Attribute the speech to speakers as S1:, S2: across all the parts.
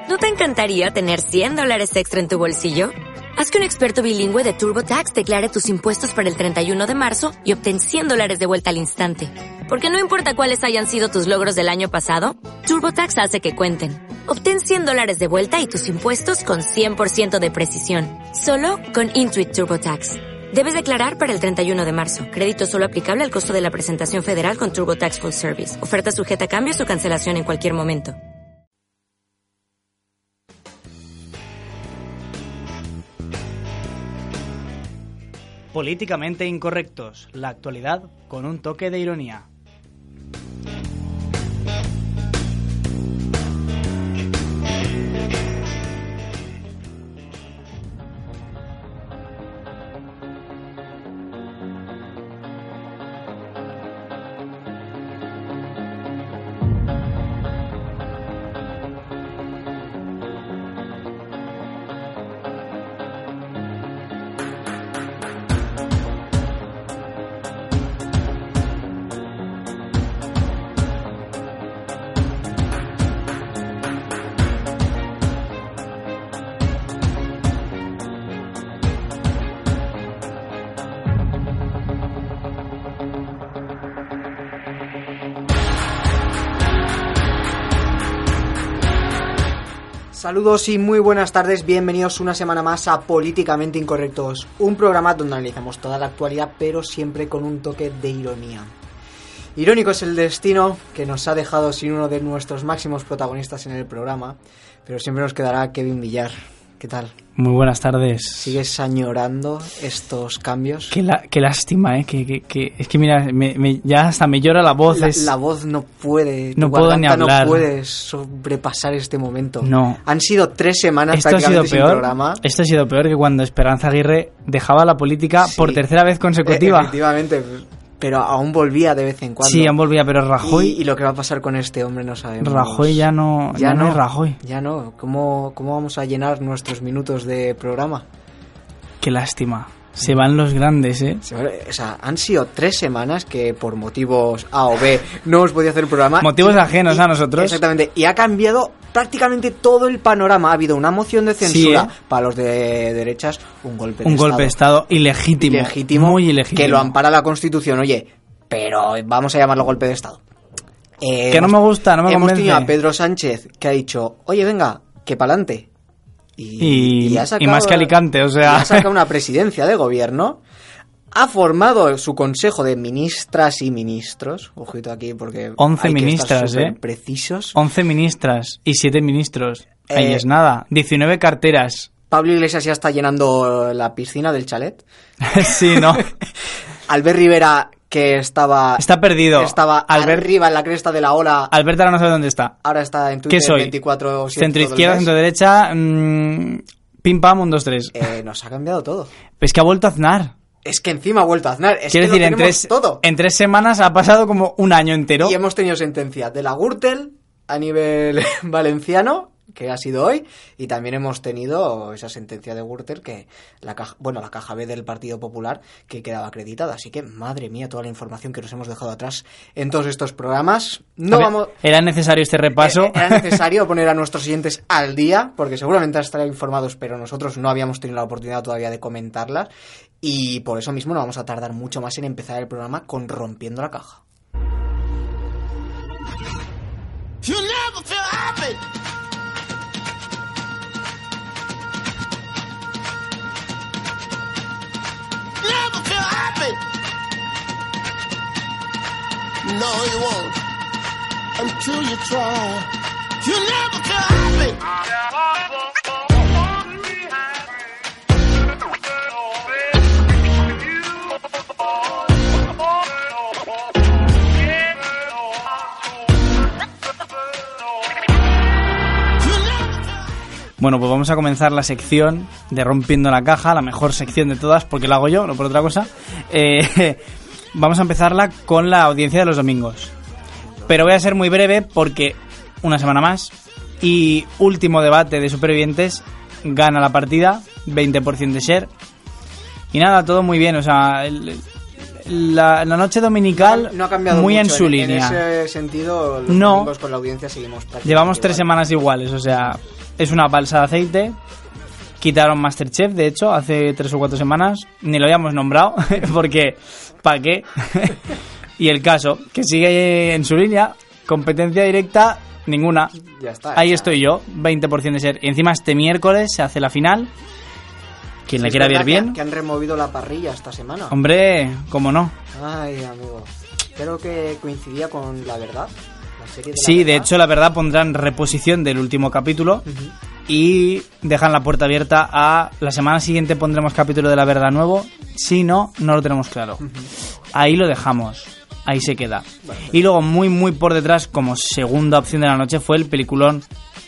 S1: ¿No te encantaría tener $100 extra en tu bolsillo? Haz que un experto bilingüe de TurboTax declare tus impuestos para el 31 de marzo y obtén $100 de vuelta al instante. Porque no importa cuáles hayan sido tus logros del año pasado, TurboTax hace que cuenten. Obtén $100 de vuelta y tus impuestos con 100% de precisión. Solo con Intuit TurboTax. Debes declarar para el 31 de marzo. Crédito solo aplicable al costo de la presentación federal con TurboTax Full Service. Oferta sujeta a cambios o cancelación en cualquier momento.
S2: Políticamente incorrectos. La actualidad con un toque de ironía.
S3: Saludos y muy buenas tardes, bienvenidos una semana más a Políticamente Incorrectos, un programa donde analizamos toda la actualidad pero siempre con un toque de ironía. Irónico es el destino que nos ha dejado sin uno de nuestros máximos protagonistas en el programa, pero siempre nos quedará Kevin Villar. ¿Qué tal?
S2: Muy buenas tardes.
S3: ¿Sigues añorando estos cambios?
S2: Qué lástima, es que mira, ya hasta me llora la voz.
S3: La voz no puede,
S2: no puedo ni hablar.
S3: No puedes sobrepasar este momento.
S2: No.
S3: Han sido 3 semanas prácticamente sin programa.
S2: Esto ha sido peor que cuando Esperanza Aguirre dejaba la política por tercera vez consecutiva.
S3: Efectivamente, pero aún volvía de vez en cuando.
S2: Sí, aún volvía, pero Rajoy...
S3: Y lo que va a pasar con este hombre no sabemos.
S2: Rajoy ya no es Rajoy.
S3: Ya no. ¿Cómo vamos a llenar nuestros minutos de programa?
S2: Qué lástima. Se van los grandes, ¿eh?
S3: O sea, han sido 3 semanas que por motivos A o B no hemos podido hacer el programa.
S2: Motivos ajenos a nosotros.
S3: Exactamente. Y ha cambiado prácticamente todo el panorama. Ha habido una moción de censura para los de derechas, un golpe de
S2: Estado ilegítimo. Muy ilegítimo.
S3: Que lo ampara la Constitución, oye, pero vamos a llamarlo golpe de Estado.
S2: Que no me gusta, no me convence.
S3: Hemos tenido a Pedro Sánchez que ha dicho, oye, venga, que pa'lante. Y
S2: más que Alicante, o sea...
S3: Ha sacado una presidencia de gobierno, ha formado su consejo de ministras y ministros, ojito aquí porque
S2: 11
S3: hay
S2: ministras,
S3: que estar precisos.
S2: 11 ministras y 7 ministros, ahí es nada, 19 carteras.
S3: Pablo Iglesias ya está llenando la piscina del chalet.
S2: Sí, ¿no?
S3: Albert Rivera, que está
S2: perdido.
S3: Estaba arriba en la cresta de la ola.
S2: Albert ahora no sabe dónde está.
S3: Ahora está en Twitter.
S2: ¿Qué soy?
S3: 24/7.
S2: Centro izquierda, centro derecha, pim pam, 1, 2, 3.
S3: Nos ha cambiado todo.
S2: Es que ha vuelto a Aznar.
S3: Es que encima ha vuelto a Aznar.
S2: Quiero decir, en 3 semanas ha pasado como un año entero.
S3: Y hemos tenido sentencia de la Gürtel a nivel valenciano, que ha sido hoy, y también hemos tenido esa sentencia de Gürtel que la caja B del Partido Popular que quedaba acreditada, así que madre mía toda la información que nos hemos dejado atrás en todos estos programas.
S2: Era necesario este repaso.
S3: Era necesario poner a nuestros oyentes al día, porque seguramente estarán informados, pero nosotros no habíamos tenido la oportunidad todavía de comentarlas, y por eso mismo no vamos a tardar mucho más en empezar el programa con Rompiendo la Caja. You never feel happy. Never feel happy. No, you won't. Until you try. You never feel happy.
S2: Bueno, pues vamos a comenzar la sección de Rompiendo la Caja, la mejor sección de todas, porque la hago yo, no por otra cosa. Vamos a empezarla con la audiencia de los domingos. Pero voy a ser muy breve porque una semana más y último debate de supervivientes, gana la partida, 20% de share. Y nada, todo muy bien, o sea... La noche dominical
S3: no ha cambiado
S2: muy
S3: mucho
S2: en su línea.
S3: En ese sentido, los domingos con la audiencia seguimos prácticamente
S2: llevamos 3
S3: igual.
S2: semanas iguales, o sea, es una balsa de aceite. Quitaron Masterchef, de hecho, hace 3 o 4 semanas. Ni lo habíamos nombrado, porque ¿para qué? Y el caso, que sigue en su línea, competencia directa, ninguna.
S3: Ya está.
S2: Ahí estoy yo, 20% de ser. Y encima este miércoles se hace la final. Quien la quiera ver bien.
S3: Que han removido la parrilla esta semana.
S2: Hombre, ¿cómo no?
S3: Ay, amigo. Creo que coincidía con La Verdad. La serie de
S2: Sí,
S3: La
S2: de
S3: Verdad.
S2: hecho, La Verdad pondrán reposición del último capítulo. Y dejan la puerta abierta a... La semana siguiente pondremos capítulo de La Verdad nuevo. Si no, no lo tenemos claro. Ahí lo dejamos. Ahí se queda.
S3: Vale.
S2: Y luego, muy, muy por detrás, como segunda opción de la noche, fue el peliculón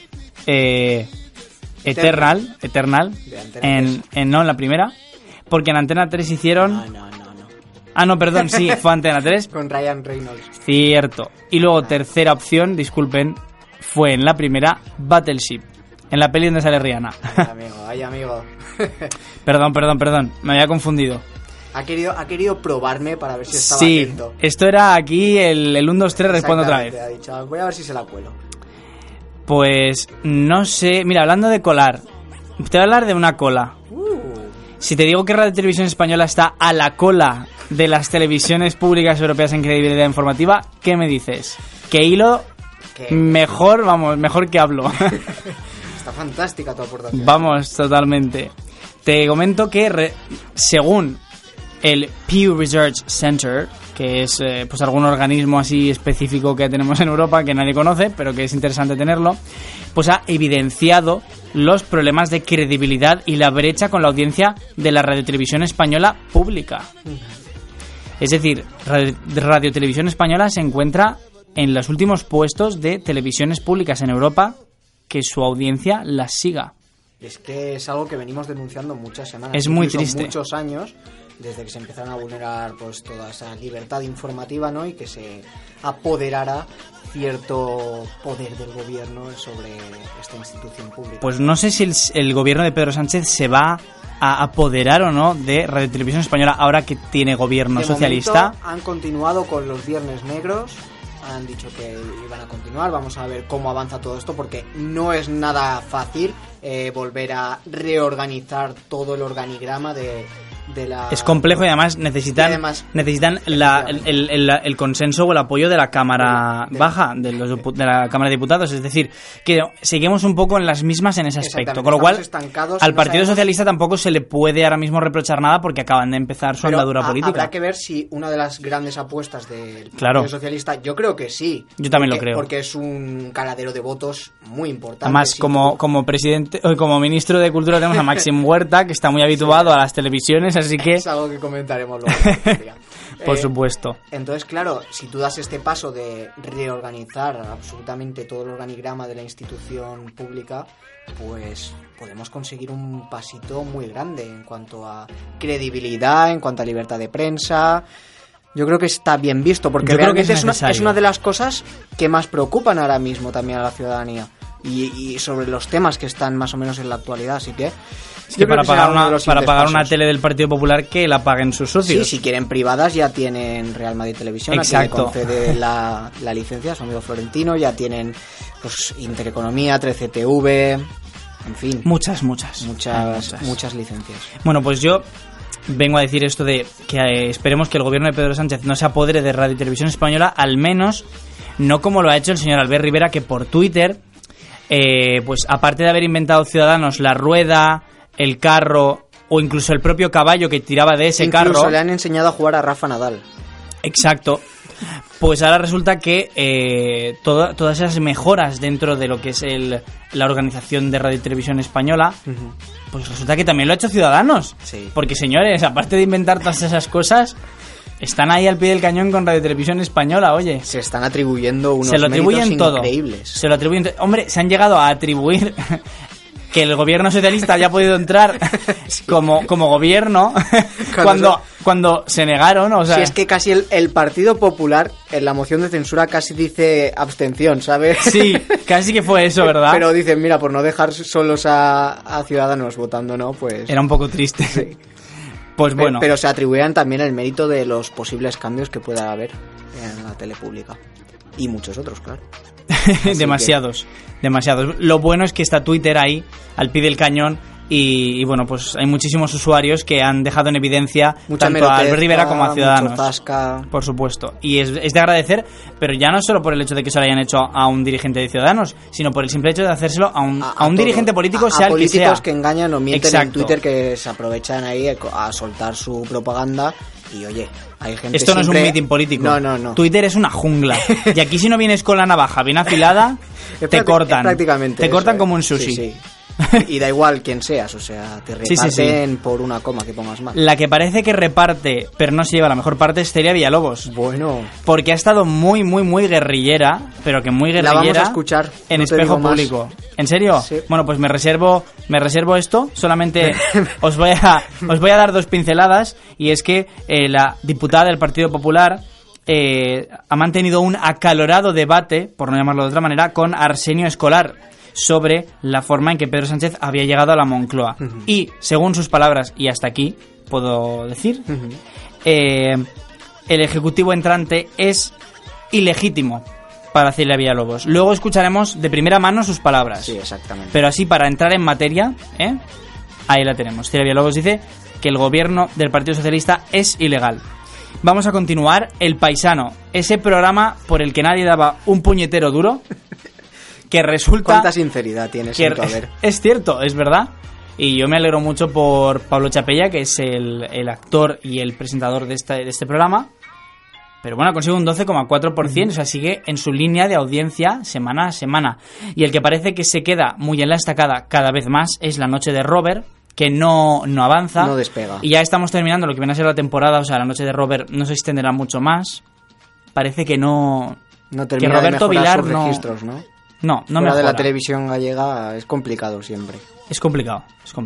S2: Eternal.
S3: De Antena 3.
S2: No, en la primera. Porque en Antena 3 hicieron...
S3: No.
S2: Ah, no, perdón, sí, fue Antena 3.
S3: Con Ryan Reynolds.
S2: Cierto. Y luego, tercera opción, disculpen, fue en la primera Battleship. En la peli donde sale Rihanna.
S3: Ay, amigo.
S2: Perdón, me había confundido.
S3: Ha querido probarme para ver si estaba
S2: Sí,
S3: atento.
S2: esto era aquí el 1, 2, 3, respondo otra vez.
S3: Exactamente, ha dicho, voy a ver si se la cuelo.
S2: Pues no sé, mira, hablando de colar, te voy a hablar de una cola. Si te digo que Radio Televisión Española está a la cola de las televisiones públicas europeas en credibilidad informativa, ¿qué me dices? Que hilo
S3: ¿Qué?
S2: mejor que hablo.
S3: Está fantástica tu aportación.
S2: Vamos, totalmente. Te comento que según el Pew Research Center, que es pues algún organismo así específico que tenemos en Europa que nadie conoce, pero que es interesante tenerlo, pues ha evidenciado los problemas de credibilidad y la brecha con la audiencia de la radiotelevisión española pública. Es decir, Radio Televisión Española se encuentra en los últimos puestos de televisiones públicas en Europa que su audiencia las siga.
S3: Es que es algo que venimos denunciando muchas semanas.
S2: Es muy
S3: incluso
S2: triste.
S3: Muchos años, desde que se empezaron a vulnerar pues toda esa libertad informativa, ¿no? Y que se apoderara cierto poder del gobierno sobre esta institución pública.
S2: Pues no sé si el gobierno de Pedro Sánchez se va a apoderar o no de Radio Televisión Española ahora que tiene gobierno
S3: de
S2: socialista.
S3: momento, han continuado con los viernes negros. Han dicho que iban a continuar. Vamos a ver cómo avanza todo esto, porque no es nada fácil volver a reorganizar todo el organigrama de la...
S2: Es complejo y además necesitan el consenso o el apoyo de la Cámara Baja, de la Cámara de Diputados. Es decir, que seguimos un poco en las mismas en ese aspecto. Con lo cual, al Partido Socialista tampoco se le puede ahora mismo reprochar nada porque acaban de empezar su andadura política.
S3: Habrá que ver si una de las grandes apuestas del
S2: Claro.
S3: Partido Socialista, yo creo que sí.
S2: Yo también lo creo.
S3: Porque es un caladero de votos muy importante.
S2: Además,
S3: sí,
S2: como presidente, como ministro de Cultura tenemos a Máxim Huerta, que está muy habituado a las televisiones, así que...
S3: Es algo que comentaremos luego.
S2: Por supuesto.
S3: Entonces, claro, si tú das este paso de reorganizar absolutamente todo el organigrama de la institución pública, pues podemos conseguir un pasito muy grande en cuanto a credibilidad, en cuanto a libertad de prensa. Yo creo que está bien visto, porque realmente es una de las cosas que más preocupan ahora mismo también a la ciudadanía. Y sobre los temas que están más o menos en la actualidad, así que...
S2: que para pagar una tele del Partido Popular que la paguen sus socios.
S3: Sí, si quieren privadas ya tienen Real Madrid Televisión.
S2: Exacto.
S3: A quien le concede la licencia, su amigo Florentino. Ya tienen pues Intereconomía, 13TV, en fin.
S2: Muchas
S3: licencias.
S2: Bueno, pues yo vengo a decir esto de que esperemos que el gobierno de Pedro Sánchez no se apodere de Radio y Televisión Española, al menos no como lo ha hecho el señor Albert Rivera, que por Twitter, pues aparte de haber inventado Ciudadanos la rueda, el carro o incluso el propio caballo que tiraba de ese carro.
S3: Incluso le han enseñado a jugar a Rafa Nadal.
S2: Exacto. Pues ahora resulta que todas esas mejoras dentro de lo que es la organización de Radio y Televisión Española, pues resulta que también lo ha hecho Ciudadanos.
S3: Sí.
S2: Porque, señores, aparte de inventar todas esas cosas, están ahí al pie del cañón con Radio y Televisión Española, oye.
S3: Se están atribuyendo unos
S2: se lo atribuyen
S3: méritos
S2: todo.
S3: Increíbles.
S2: Se lo atribuyen todo. Hombre, se han llegado a atribuir que el gobierno socialista haya podido entrar sí. como gobierno cuando se negaron, o sea...
S3: Sí, es que casi el Partido Popular en la moción de censura casi dice abstención, ¿sabes?
S2: Sí, casi que fue eso, ¿verdad?
S3: Pero dicen, mira, por no dejar solos a Ciudadanos votando, ¿no? Pues...
S2: Era un poco triste.
S3: Sí.
S2: Pues bueno.
S3: Pero se atribuían también el mérito de los posibles cambios que pueda haber en la tele pública. Y muchos otros, claro.
S2: Demasiados. Lo bueno es que está Twitter ahí, al pie del cañón, y bueno, pues hay muchísimos usuarios que han dejado en evidencia
S3: mucha
S2: tanto a Albert Rivera como a Ciudadanos.
S3: Zasca.
S2: Por supuesto. Y es de agradecer, pero ya no solo por el hecho de que se lo hayan hecho a un dirigente de Ciudadanos, sino por el simple hecho de hacérselo a un dirigente político, sea el que sea.
S3: A políticos que engañan o mienten.
S2: Exacto.
S3: En Twitter, que se aprovechan ahí a soltar su propaganda. Y oye, hay gente
S2: Esto no
S3: siempre...
S2: es un mitin político.
S3: No.
S2: Twitter es una jungla. Y aquí si no vienes con la navaja bien afilada, te cortan.
S3: Prácticamente
S2: te cortan
S3: eso,
S2: como un sushi.
S3: Sí. Y da igual quién seas, o sea, te reparten por una coma que pongas mal.
S2: La que parece que reparte, pero no se lleva la mejor parte, es Celia Villalobos.
S3: Bueno.
S2: Porque ha estado muy, muy, muy guerrillera, pero que muy guerrillera.
S3: La vamos a escuchar.
S2: En
S3: no
S2: Espejo Público. ¿En serio?
S3: Sí.
S2: Bueno, pues me reservo esto. Solamente os voy a dar 2 pinceladas. Y es que la diputada del Partido Popular ha mantenido un acalorado debate, por no llamarlo de otra manera, con Arsenio Escolar sobre la forma en que Pedro Sánchez había llegado a la Moncloa. Y, según sus palabras, y hasta aquí puedo decir, el Ejecutivo entrante es ilegítimo para Celia Villalobos. Luego escucharemos de primera mano sus palabras.
S3: Sí, exactamente.
S2: Pero así, para entrar en materia, ahí la tenemos. Celia Villalobos dice que el gobierno del Partido Socialista es ilegal. Vamos a continuar. El Paisano, ese programa por el que nadie daba un puñetero duro, que resulta...
S3: ¿Cuánta sinceridad tienes en tu haber?
S2: Es cierto, es verdad. Y yo me alegro mucho por Pablo Chapella, que es el actor y el presentador de este programa. Pero bueno, consigue un 12,4%, o sea, sigue en su línea de audiencia semana a semana. Y el que parece que se queda muy en la estacada cada vez más es La Noche de Robert, que no avanza.
S3: No despega.
S2: Y ya estamos terminando lo que viene a ser la temporada, o sea, La Noche de Robert no se extenderá mucho más. Parece que no...
S3: No termina
S2: que Roberto
S3: de mejorar
S2: Vilar
S3: sus registros, ¿no?
S2: No
S3: Fuera
S2: mejora.
S3: de la televisión gallega es complicado siempre.
S2: Es complicado.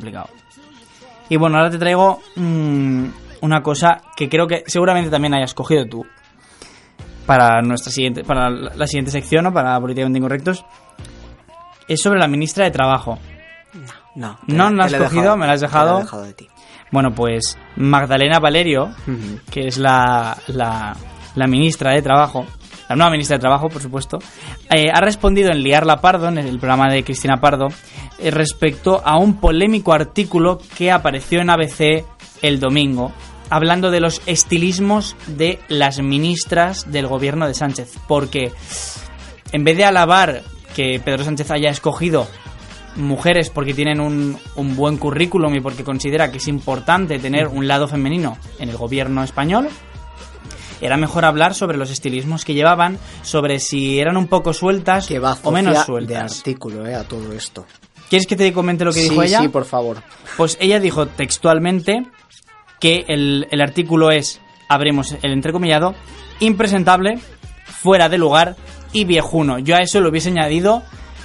S2: Y bueno, ahora te traigo una cosa que creo que seguramente también hayas cogido tú para la siguiente sección, o para Políticamente Incorrectos. Es sobre la ministra de Trabajo.
S3: No
S2: la has cogido, me la has dejado.
S3: Te la he dejado de ti.
S2: Bueno, pues Magdalena Valerio, que es la ministra de Trabajo, la nueva ministra de Trabajo, por supuesto, ha respondido en Liar la Pardo, en el programa de Cristina Pardo, respecto a un polémico artículo que apareció en ABC el domingo, hablando de los estilismos de las ministras del gobierno de Sánchez. Porque en vez de alabar que Pedro Sánchez haya escogido mujeres porque tienen un buen currículum y porque considera que es importante tener un lado femenino en el gobierno español, era mejor hablar sobre los estilismos que llevaban, sobre si eran un poco sueltas o menos sueltas.
S3: De artículo, a todo esto.
S2: ¿Quieres que te comente lo que dijo ella?
S3: Sí, por favor.
S2: Pues ella dijo textualmente que el artículo es, abremos el entrecomillado, impresentable, fuera de lugar y viejuno. Yo a eso lo hubiese añadido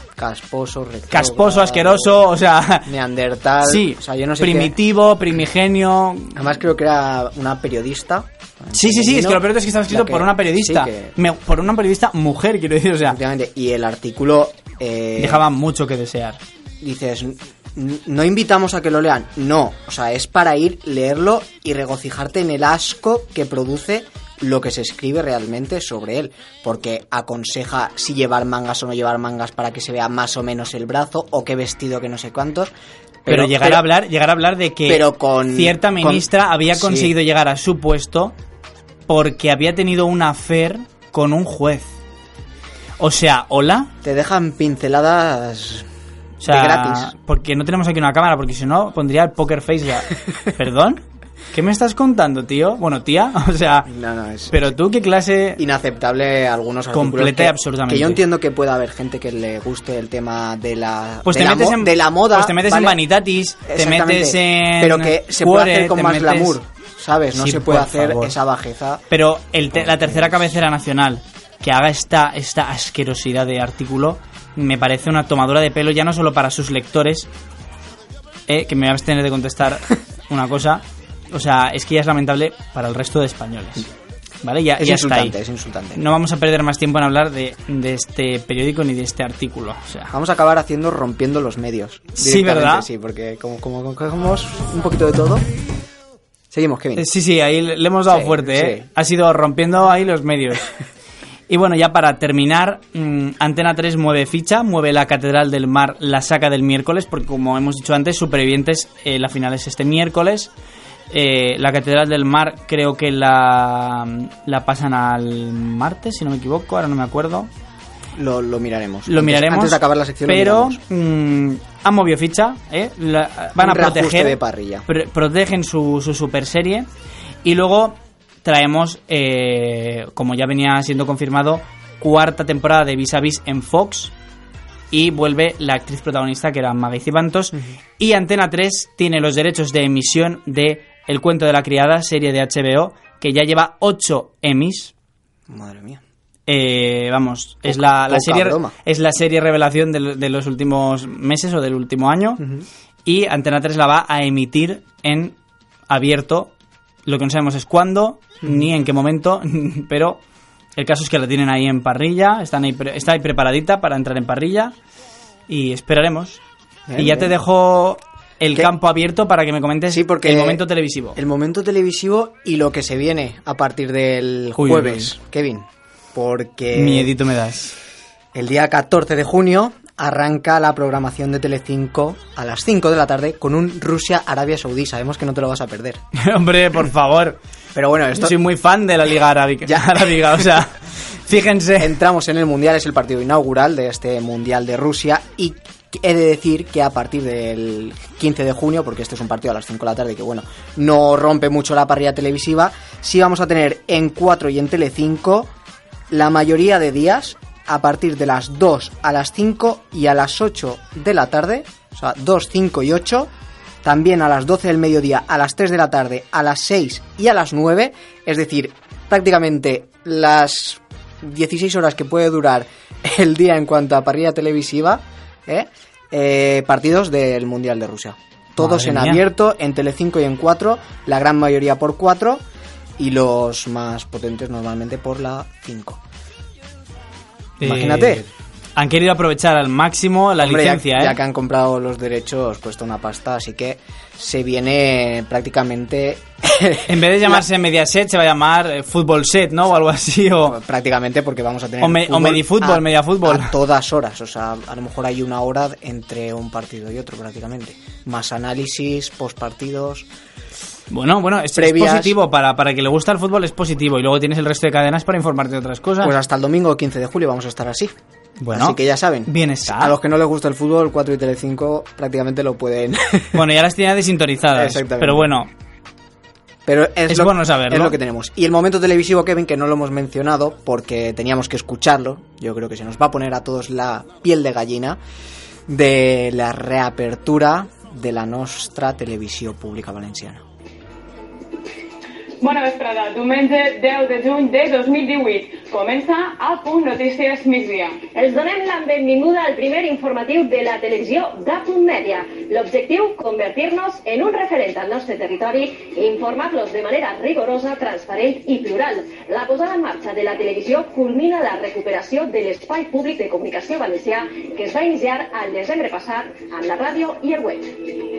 S2: casposo, asqueroso, o sea,
S3: neandertal,
S2: sí,
S3: o sea, yo no sé
S2: primitivo, primigenio.
S3: Además creo que era una periodista.
S2: Sí, es que lo peor es que estaba escrito por una periodista, por una periodista mujer, quiero decir, o sea.
S3: Y el artículo
S2: dejaba mucho que desear.
S3: Dices, no invitamos a que lo lean, no, o sea, es para leerlo y regocijarte en el asco que produce lo que se escribe realmente sobre él, porque aconseja si llevar mangas o no llevar mangas para que se vea más o menos el brazo, o qué vestido, que no sé cuántos.
S2: Pero llegar a hablar de que cierta ministra había conseguido llegar a su puesto porque había tenido un affair con un juez. O sea, ¿hola?
S3: Te dejan pinceladas,
S2: o sea,
S3: de gratis.
S2: Porque no tenemos aquí una cámara, porque si no pondría el poker face ya. ¿Perdón? ¿Qué me estás contando, tío? Bueno, tía, o sea...
S3: No, es...
S2: Pero tú, ¿qué clase...?
S3: Inaceptable algunos artículos.
S2: Completa y absolutamente.
S3: Que yo entiendo que pueda haber gente que le guste el tema de la...
S2: Pues
S3: de la moda.
S2: Pues te metes en Vanitatis, te metes en...
S3: Pero que se puede hacer con más glamour, ¿sabes? No se puede hacer esa bajeza.
S2: Pero la tercera cabecera nacional que haga esta asquerosidad de artículo me parece una tomadura de pelo, ya no solo para sus lectores, que me voy a abstener de contestar una cosa... O sea, es que ya es lamentable para el resto de españoles. ¿Vale? Ya está ahí.
S3: Es insultante.
S2: No vamos a perder más tiempo en hablar de este periódico ni de este artículo. O sea,
S3: vamos a acabar rompiendo los medios.
S2: Sí, ¿verdad?
S3: Sí, porque como cogemos un poquito de todo. Seguimos, Kevin.
S2: Sí, ahí le hemos dado fuerte, ¿eh? Sí. Ha sido rompiendo ahí los medios. Y bueno, ya para terminar, Antena 3 mueve ficha, mueve la Catedral del Mar, la saca del miércoles, porque como hemos dicho antes, Supervivientes, la final es este miércoles. La Catedral del Mar creo que la pasan al martes, si no me equivoco, ahora no me acuerdo.
S3: Lo miraremos.
S2: Antes
S3: de acabar la sección.
S2: Pero han movido ficha, van a proteger
S3: de parrilla.
S2: Protegen su super serie. Y luego traemos, como ya venía siendo confirmado, 4ª temporada de Vis a Vis en Fox. Y vuelve la actriz protagonista, que era Maggie Cibantos. Y Antena 3 tiene los derechos de emisión de El cuento de la criada, serie de HBO, que ya lleva 8 Emmys.
S3: Madre mía.
S2: Vamos, es la serie revelación de los últimos meses o del último año. Y Antena 3 la va a emitir en abierto. Lo que no sabemos es cuándo, ni en qué momento, pero el caso es que la tienen ahí en parrilla, está ahí preparadita para entrar en parrilla y esperaremos.
S3: Bien,
S2: y ya
S3: bien.
S2: te dejo el campo abierto para que me comentes el momento televisivo.
S3: El momento televisivo y lo que se viene a partir del jueves, Kevin. Porque
S2: miedito me das.
S3: El día 14 de junio arranca la programación de Telecinco a las 5 de la tarde con un Rusia-Arabia Saudí. Sabemos que no te lo vas a perder.
S2: Hombre, por favor.
S3: Pero bueno, esto...
S2: Soy muy fan de la Liga Arábiga, o sea, fíjense.
S3: Entramos en el Mundial, es el partido inaugural de este Mundial de Rusia y he de decir que a partir del 15 de junio, porque este es un partido a las 5 de la tarde que bueno, no rompe mucho la parrilla televisiva, sí vamos a tener en 4 y en Telecinco la mayoría de días a partir de las 2 a las 5 y a las 8 de la tarde, o sea, 2, 5 y 8, también a las 12 del mediodía, a las 3 de la tarde, a las 6 y a las 9, es decir, prácticamente las 16 horas que puede durar el día en cuanto a parrilla televisiva, partidos del Mundial de Rusia. Todos en abierto, en Telecinco y en 4, la gran mayoría por 4 y los más potentes normalmente por la 5. Imagínate.
S2: Han querido aprovechar al máximo la licencia,
S3: ya que han comprado los derechos, cuesta una pasta, así que se viene prácticamente...
S2: En vez de llamarse Mediaset, se va a llamar Fútbol Set, ¿no? O algo así, o...
S3: Prácticamente, porque vamos a tener...
S2: O Medifútbol, Mediafútbol.
S3: A todas horas, o sea, a lo mejor hay una hora entre un partido y otro, prácticamente. Más análisis, postpartidos...
S2: Bueno, es positivo, para el que le gusta el fútbol es positivo, y luego tienes el resto de cadenas para informarte de otras cosas.
S3: Pues hasta el domingo 15 de julio vamos a estar así.
S2: Bueno,
S3: así que ya saben,
S2: bien está.
S3: A los que no les gusta el fútbol, 4 y Telecinco prácticamente lo pueden...
S2: Bueno, ya las tenía desintonizadas.
S3: Exactamente.
S2: Pero bueno,
S3: pero es
S2: bueno saberlo.
S3: Es lo que tenemos. Y el momento televisivo, Kevin, que no lo hemos mencionado porque teníamos que escucharlo, yo creo que se nos va a poner a todos la piel de gallina, de la reapertura de la nostra televisió pública valenciana.
S4: Bona vesprada, diumenge 10 de juny de 2018. Comença el Punt Notícies Migdia.
S5: Els donem la benvinguda al primer informatiu de la televisió d'Apunt Mèdia. L'objectiu, convertir-nos en un referent al nostre territori i informar-los de manera rigorosa, transparent i plural. La posada en marxa de la televisió culmina la recuperació de l'espai públic de comunicació valencià que es va iniciar al desembre passat amb la ràdio i el web.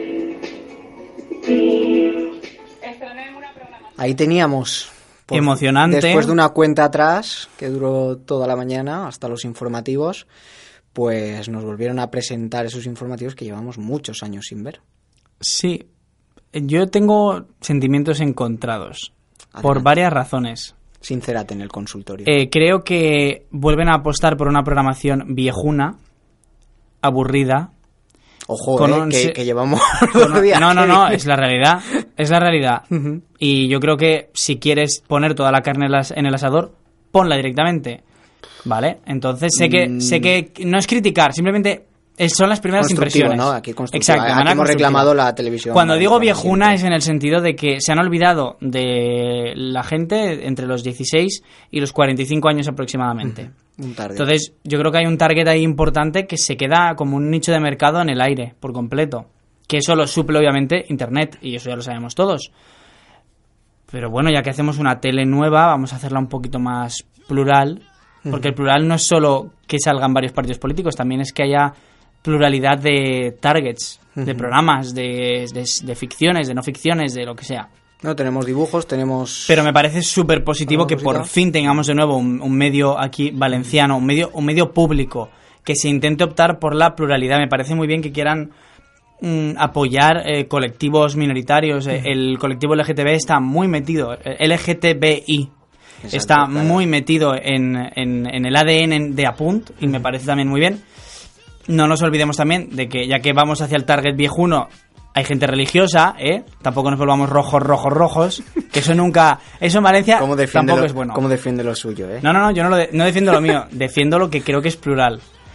S4: Estrenem una programació.
S3: Ahí teníamos,
S2: emocionante,
S3: después de una cuenta atrás que duró toda la mañana hasta los informativos, pues nos volvieron a presentar esos informativos que llevamos muchos años sin ver.
S2: Sí, yo tengo sentimientos encontrados. Adelante. Por varias razones.
S3: Sincérate en el consultorio.
S2: Creo que vuelven a apostar por una programación viejuna, aburrida.
S3: Ojo, que llevamos dos días.
S2: No, es la realidad. Es la realidad.
S3: Uh-huh.
S2: Y yo creo que si quieres poner toda la carne en el asador, ponla directamente. ¿Vale? Entonces sé que no es criticar, simplemente son las primeras impresiones.
S3: ¿No? Aquí
S2: exacto.
S3: Aquí hemos reclamado la televisión.
S2: Cuando digo viejuna es en el sentido de que se han olvidado de la gente entre los 16 y los 45 años aproximadamente.
S3: Uh-huh. Un target.
S2: Entonces yo creo que hay un target ahí importante que se queda como un nicho de mercado en el aire por completo. Que eso lo suple obviamente Internet, y eso ya lo sabemos todos. Pero bueno, ya que hacemos una tele nueva, vamos a hacerla un poquito más plural, porque el plural no es solo que salgan varios partidos políticos, también es que haya pluralidad de targets, de programas, de ficciones, de no ficciones, de lo que sea.
S3: No, tenemos dibujos, tenemos...
S2: Pero me parece súper positivo que por fin tengamos de nuevo un medio aquí valenciano, un medio público, que se intente optar por la pluralidad. Me parece muy bien que quieran apoyar colectivos minoritarios. El colectivo LGTB está muy metido, LGTBI, está muy metido en el ADN de Apunt, y me parece también muy bien. No nos olvidemos también de que, ya que vamos hacia el target viejuno, hay gente religiosa, tampoco nos volvamos rojos, que eso nunca... Eso en Valencia tampoco es bueno.
S3: ¿Cómo defiende lo suyo,
S2: No, yo no defiendo lo mío, defiendo lo que creo que es plural.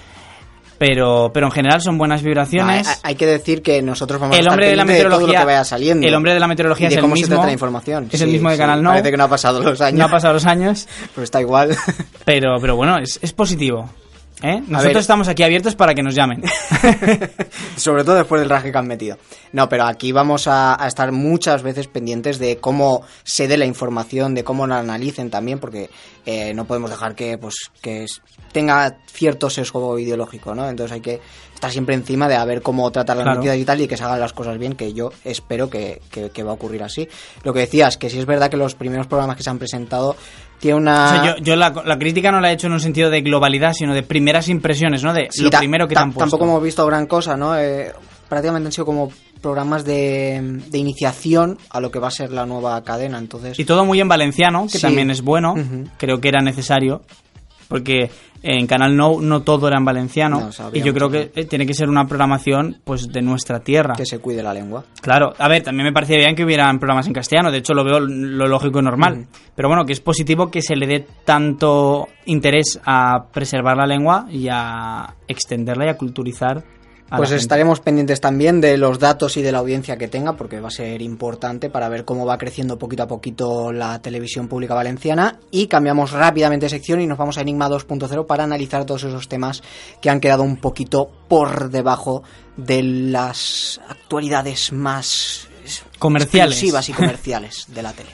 S2: Pero en general son buenas vibraciones.
S3: Hay que decir que nosotros vamos a estar pendientes de todo lo que vaya saliendo.
S2: El hombre de la meteorología
S3: y de
S2: es el
S3: cómo
S2: mismo.
S3: se trata la información.
S2: Es el mismo de Canal No.
S3: Parece que no ha pasado los años.
S2: No ha pasado los años.
S3: Pero está igual.
S2: Pero bueno, es positivo. Nosotros estamos aquí abiertos para que nos llamen.
S3: Sobre todo después del raje que han metido. No, pero aquí vamos a estar muchas veces pendientes de cómo se dé la información, de cómo la analicen también, porque no podemos dejar que tenga cierto sesgo ideológico, ¿no? Entonces hay que estar siempre encima de a ver cómo tratar las noticias y tal, y que se hagan las cosas bien, que yo espero que va a ocurrir así. Lo que decías, que sí es verdad que los primeros programas que se han presentado tiene una...
S2: O sea, yo la crítica no la he hecho en un sentido de globalidad, sino de primeras impresiones, ¿no? De lo primero que te han puesto.
S3: Tampoco hemos visto gran cosa, ¿no? Prácticamente han sido como programas de iniciación a lo que va a ser la nueva cadena, entonces...
S2: Y todo muy en valenciano, que también es bueno. Creo que era necesario, porque en Canal No todo era en valenciano, y yo creo que tiene que ser una programación pues de nuestra tierra.
S3: Que se cuide la lengua.
S2: Claro, a ver, también me parecía bien que hubieran programas en castellano, de hecho lo veo lo lógico y normal, pero bueno, que es positivo que se le dé tanto interés a preservar la lengua y a extenderla y a culturizar.
S3: Pues estaremos pendientes también de los datos y de la audiencia que tenga, porque va a ser importante para ver cómo va creciendo poquito a poquito la televisión pública valenciana. Y cambiamos rápidamente de sección y nos vamos a Enigma 2.0 para analizar todos esos temas que han quedado un poquito por debajo de las actualidades más
S2: comerciales,
S3: exclusivas y comerciales de la tele.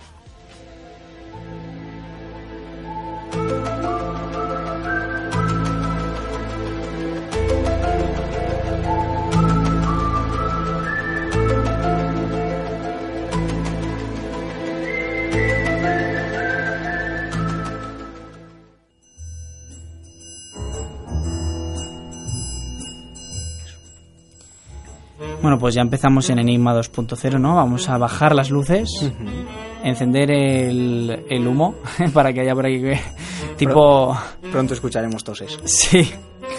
S2: Bueno, pues ya empezamos en Enigma 2.0, ¿no? Vamos a bajar las luces, encender el humo, para que haya por aquí tipo...
S3: Pronto escucharemos toses.
S2: Sí.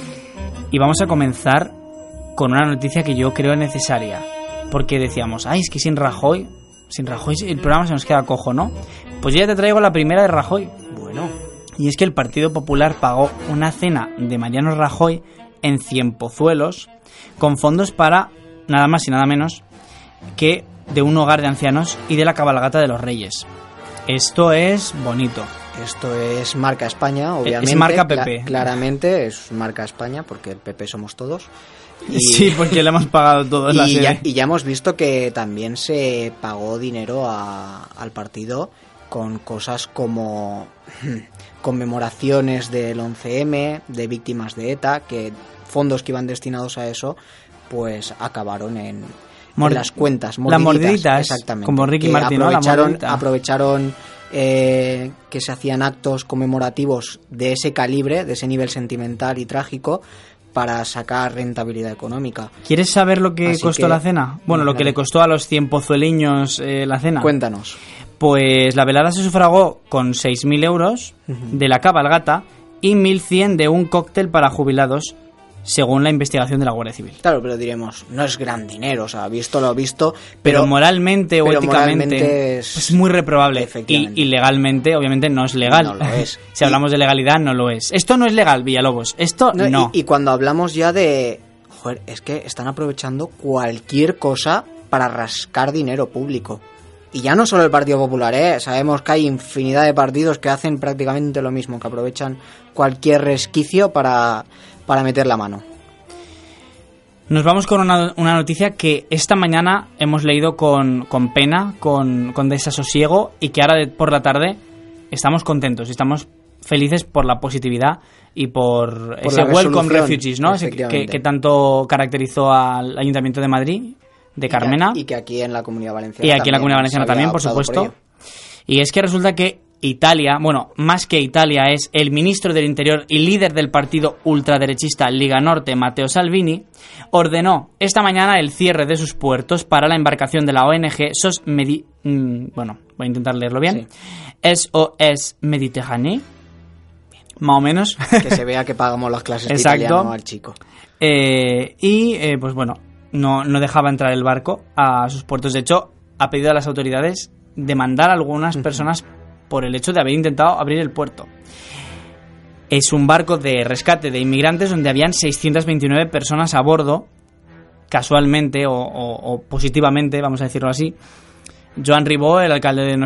S2: Y vamos a comenzar con una noticia que yo creo necesaria. Porque decíamos, es que sin Rajoy el programa se nos queda cojo, ¿no? Pues ya te traigo la primera de Rajoy.
S3: Bueno.
S2: Y es que el Partido Popular pagó una cena de Mariano Rajoy en Cienpozuelos con fondos para... nada más y nada menos que de un hogar de ancianos y de la cabalgata de los Reyes. Esto es bonito.
S3: Esto es marca España, obviamente.
S2: Es marca PP.
S3: Claramente es marca España, porque el PP somos todos.
S2: Y, sí, porque le hemos pagado todos la sede.
S3: Y ya hemos visto que también se pagó dinero al partido con cosas como conmemoraciones del 11M, de víctimas de ETA, que fondos que iban destinados a eso pues acabaron en las cuentas
S2: mordiditas,
S3: exactamente,
S2: como Ricky Martin,
S3: aprovecharon que se hacían actos conmemorativos de ese calibre, de ese nivel sentimental y trágico, para sacar rentabilidad económica.
S2: ¿Quieres saber lo que costó la cena? Bueno, lo que le costó a los cienpozueleños la cena.
S3: Cuéntanos.
S2: Pues la velada se sufragó con 6.000 euros de la cabalgata y 1.100 de un cóctel para jubilados, según la investigación de la Guardia Civil.
S3: Claro, pero diremos, no es gran dinero, o sea, visto lo visto,
S2: pero moralmente o éticamente es muy reprobable. Y legalmente, obviamente, no es legal.
S3: No lo es.
S2: Si hablamos de legalidad, no lo es. Esto no es legal, Villalobos. Esto no.
S3: Y cuando hablamos ya de... Joder, es que están aprovechando cualquier cosa para rascar dinero público. Y ya no solo el Partido Popular, sabemos que hay infinidad de partidos que hacen prácticamente lo mismo, que aprovechan cualquier resquicio para meter la mano.
S2: Nos vamos con una noticia que esta mañana hemos leído con pena, con desasosiego, y que ahora por la tarde estamos contentos y estamos felices por la positividad y por ese Welcome Refugees, ¿no? Ese que tanto caracterizó al Ayuntamiento de Madrid, de Carmena.
S3: Y que aquí en la Comunidad Valenciana.
S2: Y aquí en la Comunidad Valenciana también, por supuesto. Y es que resulta que Italia, bueno, más que Italia, es el ministro del Interior y líder del partido ultraderechista Liga Norte, Matteo Salvini, ordenó esta mañana el cierre de sus puertos para la embarcación de la ONG bueno, voy a intentar leerlo bien. Sí. SOS Mediterranée, más o menos.
S3: Que se vea que pagamos las clases de italiano al chico.
S2: Pues bueno, no dejaba entrar el barco a sus puertos. De hecho, ha pedido a las autoridades demandar a algunas personas por el hecho de haber intentado abrir el puerto. Es un barco de rescate de inmigrantes donde habían 629 personas a bordo. Casualmente o positivamente, vamos a decirlo así, Joan Ribó, el alcalde de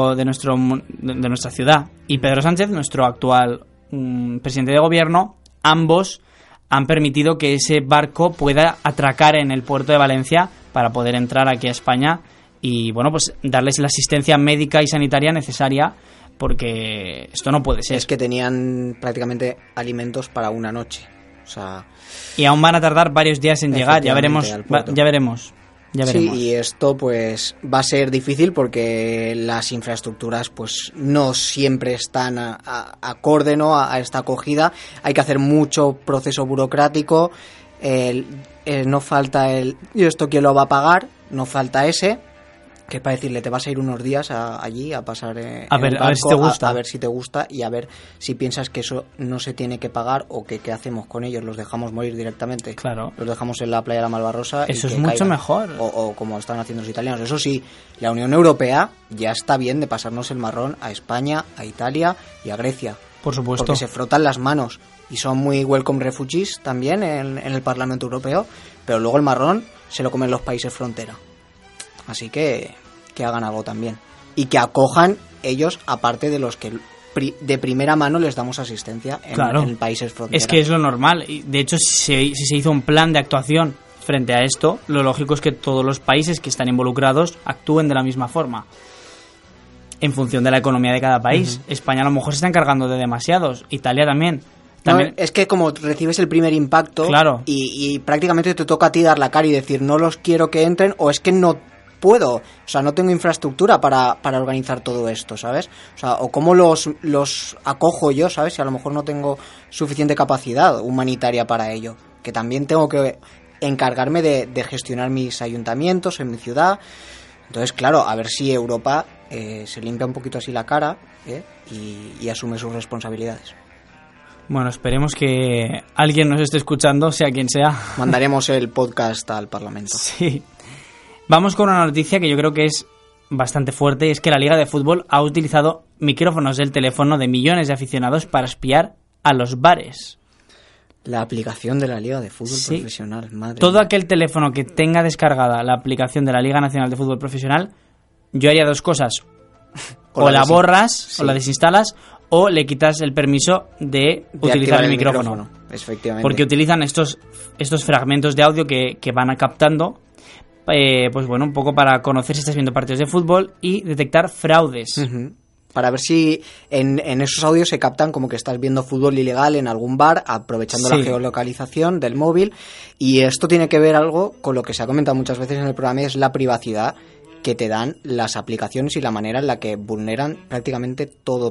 S2: nuestra ciudad, y Pedro Sánchez, nuestro actual presidente de gobierno, ambos han permitido que ese barco pueda atracar en el puerto de Valencia para poder entrar aquí a España y, bueno, pues darles la asistencia médica y sanitaria necesaria, porque esto no puede ser.
S3: Es que tenían prácticamente alimentos para una noche. O sea,
S2: y aún van a tardar varios días en llegar, ya veremos.
S3: Sí, y esto pues va a ser difícil porque las infraestructuras pues no siempre están acorde, ¿no?, a esta acogida. Hay que hacer mucho proceso burocrático. No falta ¿y esto quién lo va a pagar? No falta ese, que es para decirle, te vas a ir unos días allí a pasar
S2: a ver si te gusta.
S3: A ver si te gusta y a ver si piensas que eso no se tiene que pagar o que qué hacemos con ellos, los dejamos morir directamente.
S2: Claro.
S3: Los dejamos en la playa de la Malvarrosa.
S2: Eso es mucho mejor.
S3: O como están haciendo los italianos. Eso sí, la Unión Europea ya está bien de pasarnos el marrón a España, a Italia y a Grecia.
S2: Por supuesto.
S3: Porque se frotan las manos y son muy welcome refugees también en el Parlamento Europeo, pero luego el marrón se lo comen los países frontera. Así que hagan algo también. Y que acojan ellos, aparte de los que de primera mano les damos asistencia en países fronteras.
S2: Es que es lo normal. De hecho, si se hizo un plan de actuación frente a esto, lo lógico es que todos los países que están involucrados actúen de la misma forma, en función de la economía de cada país. España a lo mejor se está encargando de demasiados. Italia también.
S3: No, es que como recibes el primer impacto,
S2: claro,
S3: y prácticamente te toca a ti dar la cara y decir no los quiero que entren, o es que no puedo, o sea, no tengo infraestructura para organizar todo esto, ¿sabes? O sea, o cómo los acojo yo, ¿sabes? Si a lo mejor no tengo suficiente capacidad humanitaria para ello, que también tengo que encargarme de gestionar mis ayuntamientos en mi ciudad. Entonces, claro, a ver si Europa se limpia un poquito así la cara y asume sus responsabilidades.
S2: Bueno, esperemos que alguien nos esté escuchando, sea quien sea.
S3: Mandaremos el podcast al Parlamento.
S2: Sí. Vamos con una noticia que yo creo que es bastante fuerte, y es que la Liga de Fútbol ha utilizado micrófonos del teléfono de millones de aficionados para espiar a los bares.
S3: La aplicación de la Liga de Fútbol Profesional, madre
S2: Todo
S3: mía.
S2: Aquel teléfono que tenga descargada la aplicación de la Liga Nacional de Fútbol Profesional, yo haría dos cosas. O la borras, o la desinstalas, o le quitas el permiso de utilizar el micrófono.
S3: Efectivamente.
S2: Porque utilizan estos fragmentos de audio que van captando, pues bueno, un poco para conocer si estás viendo partidos de fútbol y detectar fraudes.
S3: Para ver si en esos audios se captan como que estás viendo fútbol ilegal en algún bar, aprovechando la geolocalización del móvil. Y esto tiene que ver algo con lo que se ha comentado muchas veces en el programa, es la privacidad que te dan las aplicaciones y la manera en la que vulneran prácticamente todo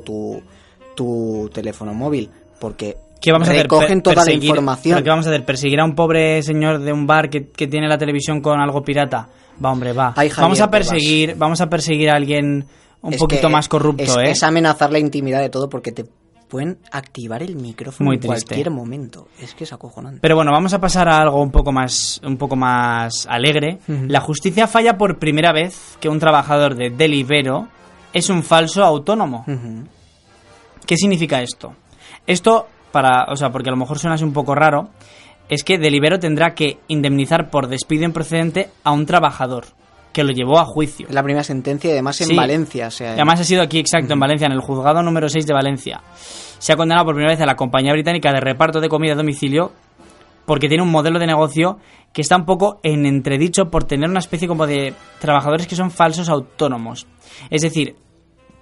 S3: tu teléfono móvil. Porque
S2: ¿qué vamos
S3: recogen toda la información.
S2: ¿Pero qué vamos a hacer? ¿Perseguir a un pobre señor de un bar que tiene la televisión con algo pirata? Va, hombre, va.
S3: Ay, Javier,
S2: vamos a perseguir a alguien un poquito más corrupto,
S3: es amenazar la intimidad de todo, porque te pueden activar el micrófono en cualquier momento. Es que es acojonante.
S2: Pero bueno, vamos a pasar a algo un poco más alegre. La justicia falla por primera vez que un trabajador de Deliveroo es un falso autónomo. ¿Qué significa esto? Esto, porque a lo mejor suena así un poco raro, es que Deliveroo tendrá que indemnizar por despido improcedente a un trabajador que lo llevó a juicio.
S3: Es la primera sentencia y además en Valencia.
S2: Además ha sido aquí, exacto, en Valencia, en el juzgado número 6 de Valencia. Se ha condenado por primera vez a la compañía británica de reparto de comida a domicilio porque tiene un modelo de negocio que está un poco en entredicho por tener una especie como de trabajadores que son falsos autónomos. Es decir,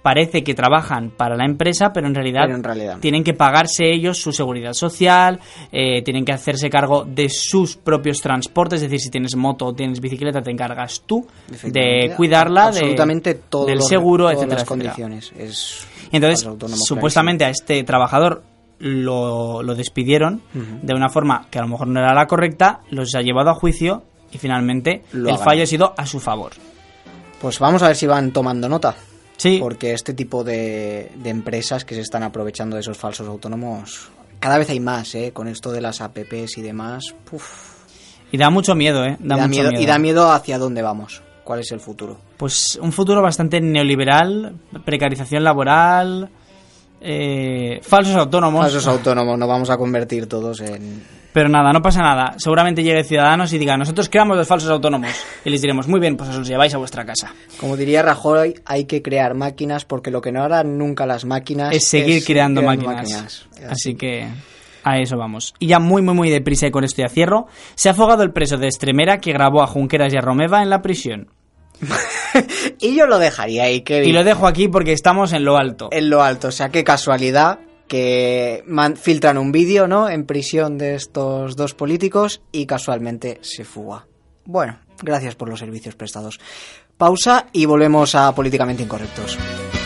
S2: parece que trabajan para la empresa, pero en realidad tienen que pagarse ellos su seguridad social, tienen que hacerse cargo de sus propios transportes, es decir, si tienes moto o tienes bicicleta te encargas tú de cuidarla,
S3: absolutamente todo
S2: del seguro,
S3: todas
S2: etcétera,
S3: las condiciones.
S2: Entonces, supuestamente a este trabajador lo despidieron de una forma que a lo mejor no era la correcta, los ha llevado a juicio y finalmente el fallo ha sido a su favor.
S3: Pues vamos a ver si van tomando nota.
S2: Sí.
S3: Porque este tipo de empresas que se están aprovechando de esos falsos autónomos, cada vez hay más, con esto de las apps y demás.
S2: Y da mucho miedo, Da mucho miedo.
S3: Y da miedo hacia dónde vamos. ¿Cuál es el futuro?
S2: Pues un futuro bastante neoliberal, precarización laboral, falsos autónomos.
S3: Falsos autónomos, nos vamos a convertir todos en...
S2: Pero nada, no pasa nada. Seguramente llegue Ciudadanos y diga, nosotros creamos los falsos autónomos. Y les diremos, muy bien, pues os los lleváis a vuestra casa.
S3: Como diría Rajoy, hay que crear máquinas porque lo que no harán nunca las máquinas
S2: es seguir creando máquinas. Así que a eso vamos. Y ya muy, muy, muy deprisa y con esto ya cierro. Se ha afogado el preso de Extremera que grabó a Junqueras y a Romeva en la prisión.
S3: Y yo lo dejaría ahí, Kevin.
S2: Y lo dejo aquí porque estamos en lo alto.
S3: En lo alto, o sea, qué casualidad que filtran un vídeo, ¿no?, en prisión de estos dos políticos y casualmente se fuga. Bueno, gracias por los servicios prestados. Pausa y volvemos a Políticamente Incorrectos.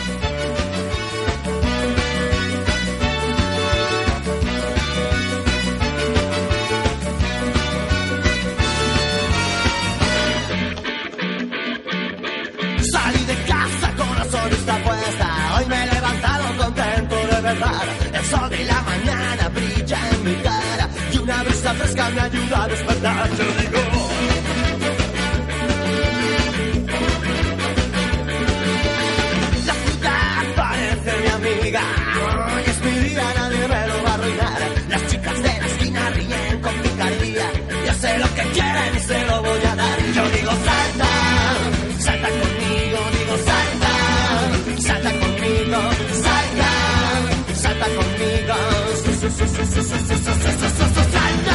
S6: Salí de casa con la sonrisa puesta, hoy me he levantado contento de verdad. El sol de la mañana brilla en mi cara y una brisa fresca me ayuda a despertar. Yo digo, la ciudad parece mi amiga, hoy es mi día, nadie me lo va a arruinar. Las chicas de la esquina ríen con picardía, yo sé lo que quieren y se lo voy a dar. Yo digo, salta, salta conmigo, digo, salta, salta conmigo, salta, salta conmigo, salta.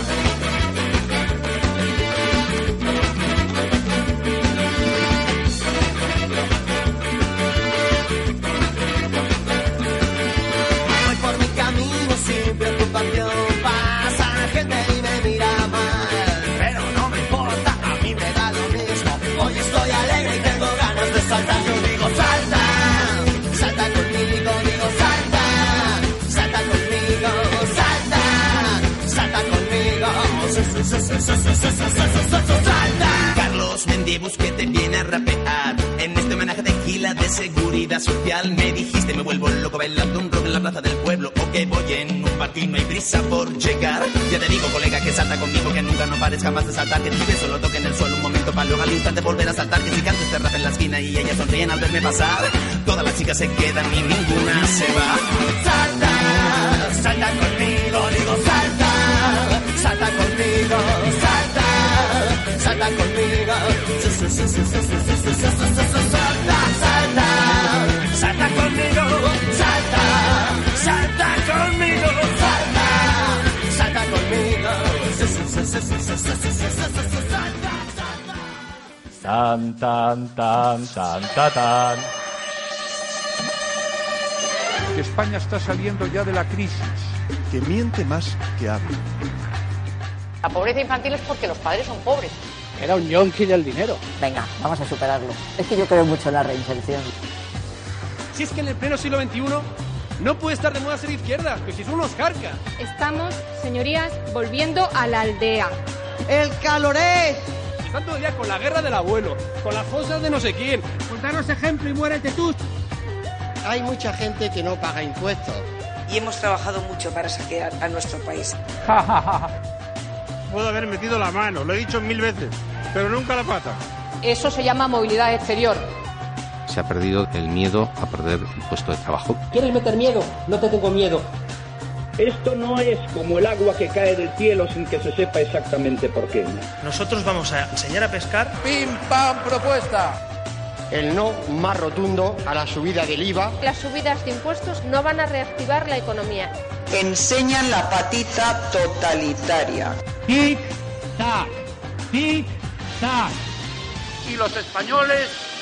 S6: Voy por mi camino sin preocupación, pasa la gente y me mira mal, pero no me importa, a mí me da lo mismo. Hoy estoy alegre y tengo ganas de saltar. Yo digo, salta, salta conmigo, digo, salta, salta conmigo, salta, salta conmigo, salta. Carlos Mendibus que te viene a rapear en este homenaje de Gila de seguridad social. Me dijiste me vuelvo loco bailando un rock en la plaza del pueblo, o que voy en un party, no hay prisa por llegar. Ya te digo, colega, que salta conmigo, que nunca no pares jamás de saltar, que tu solo toque en el suelo un momento para luego al instante volver a saltar, que si canto este rap en la esquina y ellas sonríen al verme pasar, todas las chicas se quedan y ninguna se va. Salta, salta conmigo, digo, salta, salta conmigo, salta, salta conmigo, salta, salta, salta conmigo, salta, salta conmigo, salta, salta conmigo,
S7: tan tan tan tan tan tan.
S8: Que España está saliendo ya de la crisis, que miente más que habla.
S9: La pobreza infantil es porque los padres son pobres.
S10: Era un yonki del dinero.
S11: Venga, vamos a superarlo. Es que yo creo mucho en la reinserción.
S12: Si es que en el pleno siglo XXI no puede estar de moda ser izquierda, que si son unos carcas.
S13: Estamos, señorías, volviendo a la aldea.
S6: ¡El calorés!
S12: Están todo el día con la guerra del abuelo, con las fosas de no sé quién.
S10: Pues danos ejemplo y muérete tú.
S6: Hay mucha gente que no paga impuestos.
S14: Y hemos trabajado mucho para saquear a nuestro país.
S15: Puedo haber metido la mano, lo he dicho 1000 veces, pero nunca la pata.
S9: Eso se llama movilidad exterior.
S16: Se ha perdido el miedo a perder un puesto de trabajo.
S17: ¿Quieres meter miedo? No te tengo miedo.
S18: Esto no es como el agua que cae del cielo sin que se sepa exactamente por qué.
S19: Nosotros vamos a enseñar a pescar.
S20: ¡Pim, pam, propuesta!
S21: El no más rotundo a la subida del IVA.
S22: Las subidas de impuestos no van a reactivar la economía.
S14: Enseñan la patita totalitaria.
S10: Tic, tac, tic, tac.
S20: Y los españoles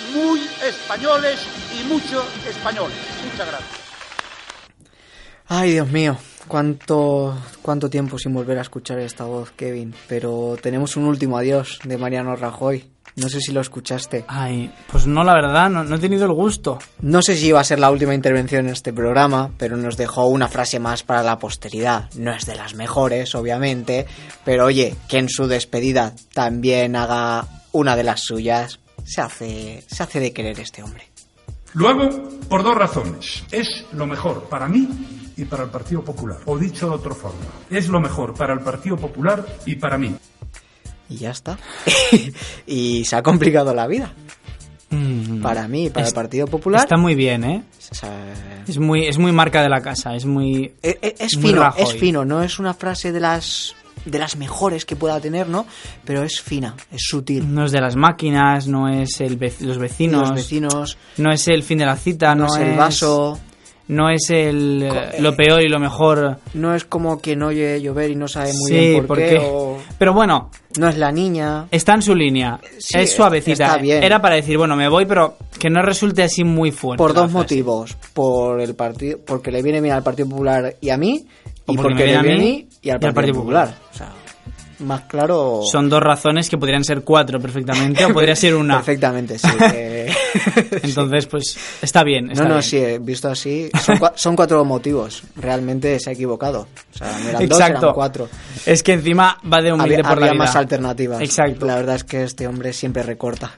S8: muy españoles y muchos españoles. Muchas gracias.
S3: Ay, Dios mío, cuánto tiempo sin volver a escuchar esta voz, Kevin. Pero tenemos un último adiós de Mariano Rajoy. No sé si lo escuchaste.
S2: Ay, pues no, la verdad, no he tenido el gusto.
S3: No sé si iba a ser la última intervención en este programa, pero nos dejó una frase más para la posteridad. No es de las mejores, obviamente, pero oye, que en su despedida también haga una de las suyas. Se hace de querer este hombre.
S1: Lo hago por 2 razones. Es lo mejor para mí y para el Partido Popular. O dicho de otra forma, es lo mejor para el Partido Popular y para mí.
S3: Y ya está. Y se ha complicado la vida. Para mí, para el Partido Popular.
S2: Está muy bien, ¿eh? O sea, es muy marca de la casa, es muy...
S3: Es
S2: muy
S3: fino,
S2: Rajoy.
S3: es fino. No es una frase de las mejores que pueda tener, ¿no? Pero es fina, es sutil.
S2: No es de las máquinas, no es los vecinos. No es el fin de la cita,
S3: no es el vaso.
S2: No es lo peor y lo mejor.
S3: No es como quien oye llover y no sabe muy bien por qué.
S2: Pero bueno.
S3: No es la niña.
S2: Está en su línea. Sí, es suavecita.
S3: Está bien.
S2: Era para decir, bueno, me voy, pero que no resulte así muy fuerte.
S3: Por 2 motivos. Por el partido, porque le viene bien al Partido Popular y a mí. Y porque le viene a mí y al Partido Popular. O sea, más claro.
S2: Son 2 razones que podrían ser 4 perfectamente, o podría ser una.
S3: Perfectamente, sí.
S2: Entonces, pues, está bien.
S3: Bien. Sí, visto así, son 4 motivos. Realmente se ha equivocado. O sea, no eran 2, eran 4.
S2: Es que encima va de humilde por la vida.
S3: Había más alternativas.
S2: Exacto.
S3: La verdad es que este hombre siempre recorta.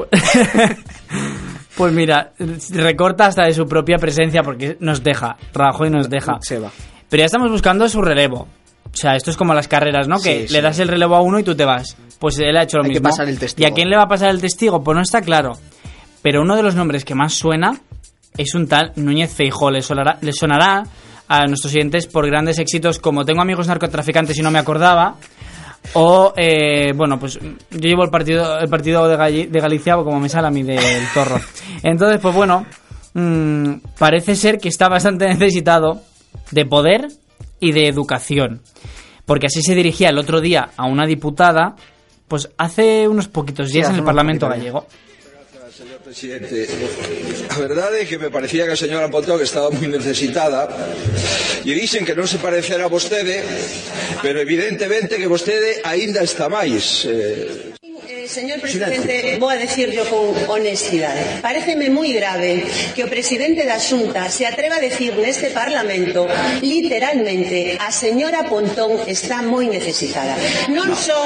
S2: Pues mira, recorta hasta de su propia presencia porque nos deja. Rajoy nos deja.
S3: Se va.
S2: Pero ya estamos buscando su relevo. O sea, esto es como las carreras, ¿no? Que le das el relevo a uno y tú te vas. Pues él ha hecho lo mismo.
S3: Hay que pasar el testigo.
S2: ¿Y a quién le va a pasar el testigo? Pues no está claro. Pero uno de los nombres que más suena es un tal Núñez Feijóo. Le sonará a nuestros oyentes por grandes éxitos como Tengo amigos narcotraficantes y no me acordaba. O, bueno, pues yo llevo el partido de Galicia, como me sale a mí del zorro. Entonces, pues bueno, parece ser que está bastante necesitado de poder y de educación, porque así se dirigía el otro día a una diputada, pues hace unos poquitos días en el Parlamento gallego.
S5: Gracias, señor presidente. La verdad es que me parecía que a señora Pontón estaba muy necesitada e dicen que non se parecerá a vostede, pero evidentemente que vostede aínda está máis.
S23: Señor presidente, vou a decirlo con honestidade. Paréceme moi grave que o presidente da Xunta se atreva a decir neste Parlamento literalmente a señora Pontón está moi necesitada. Non só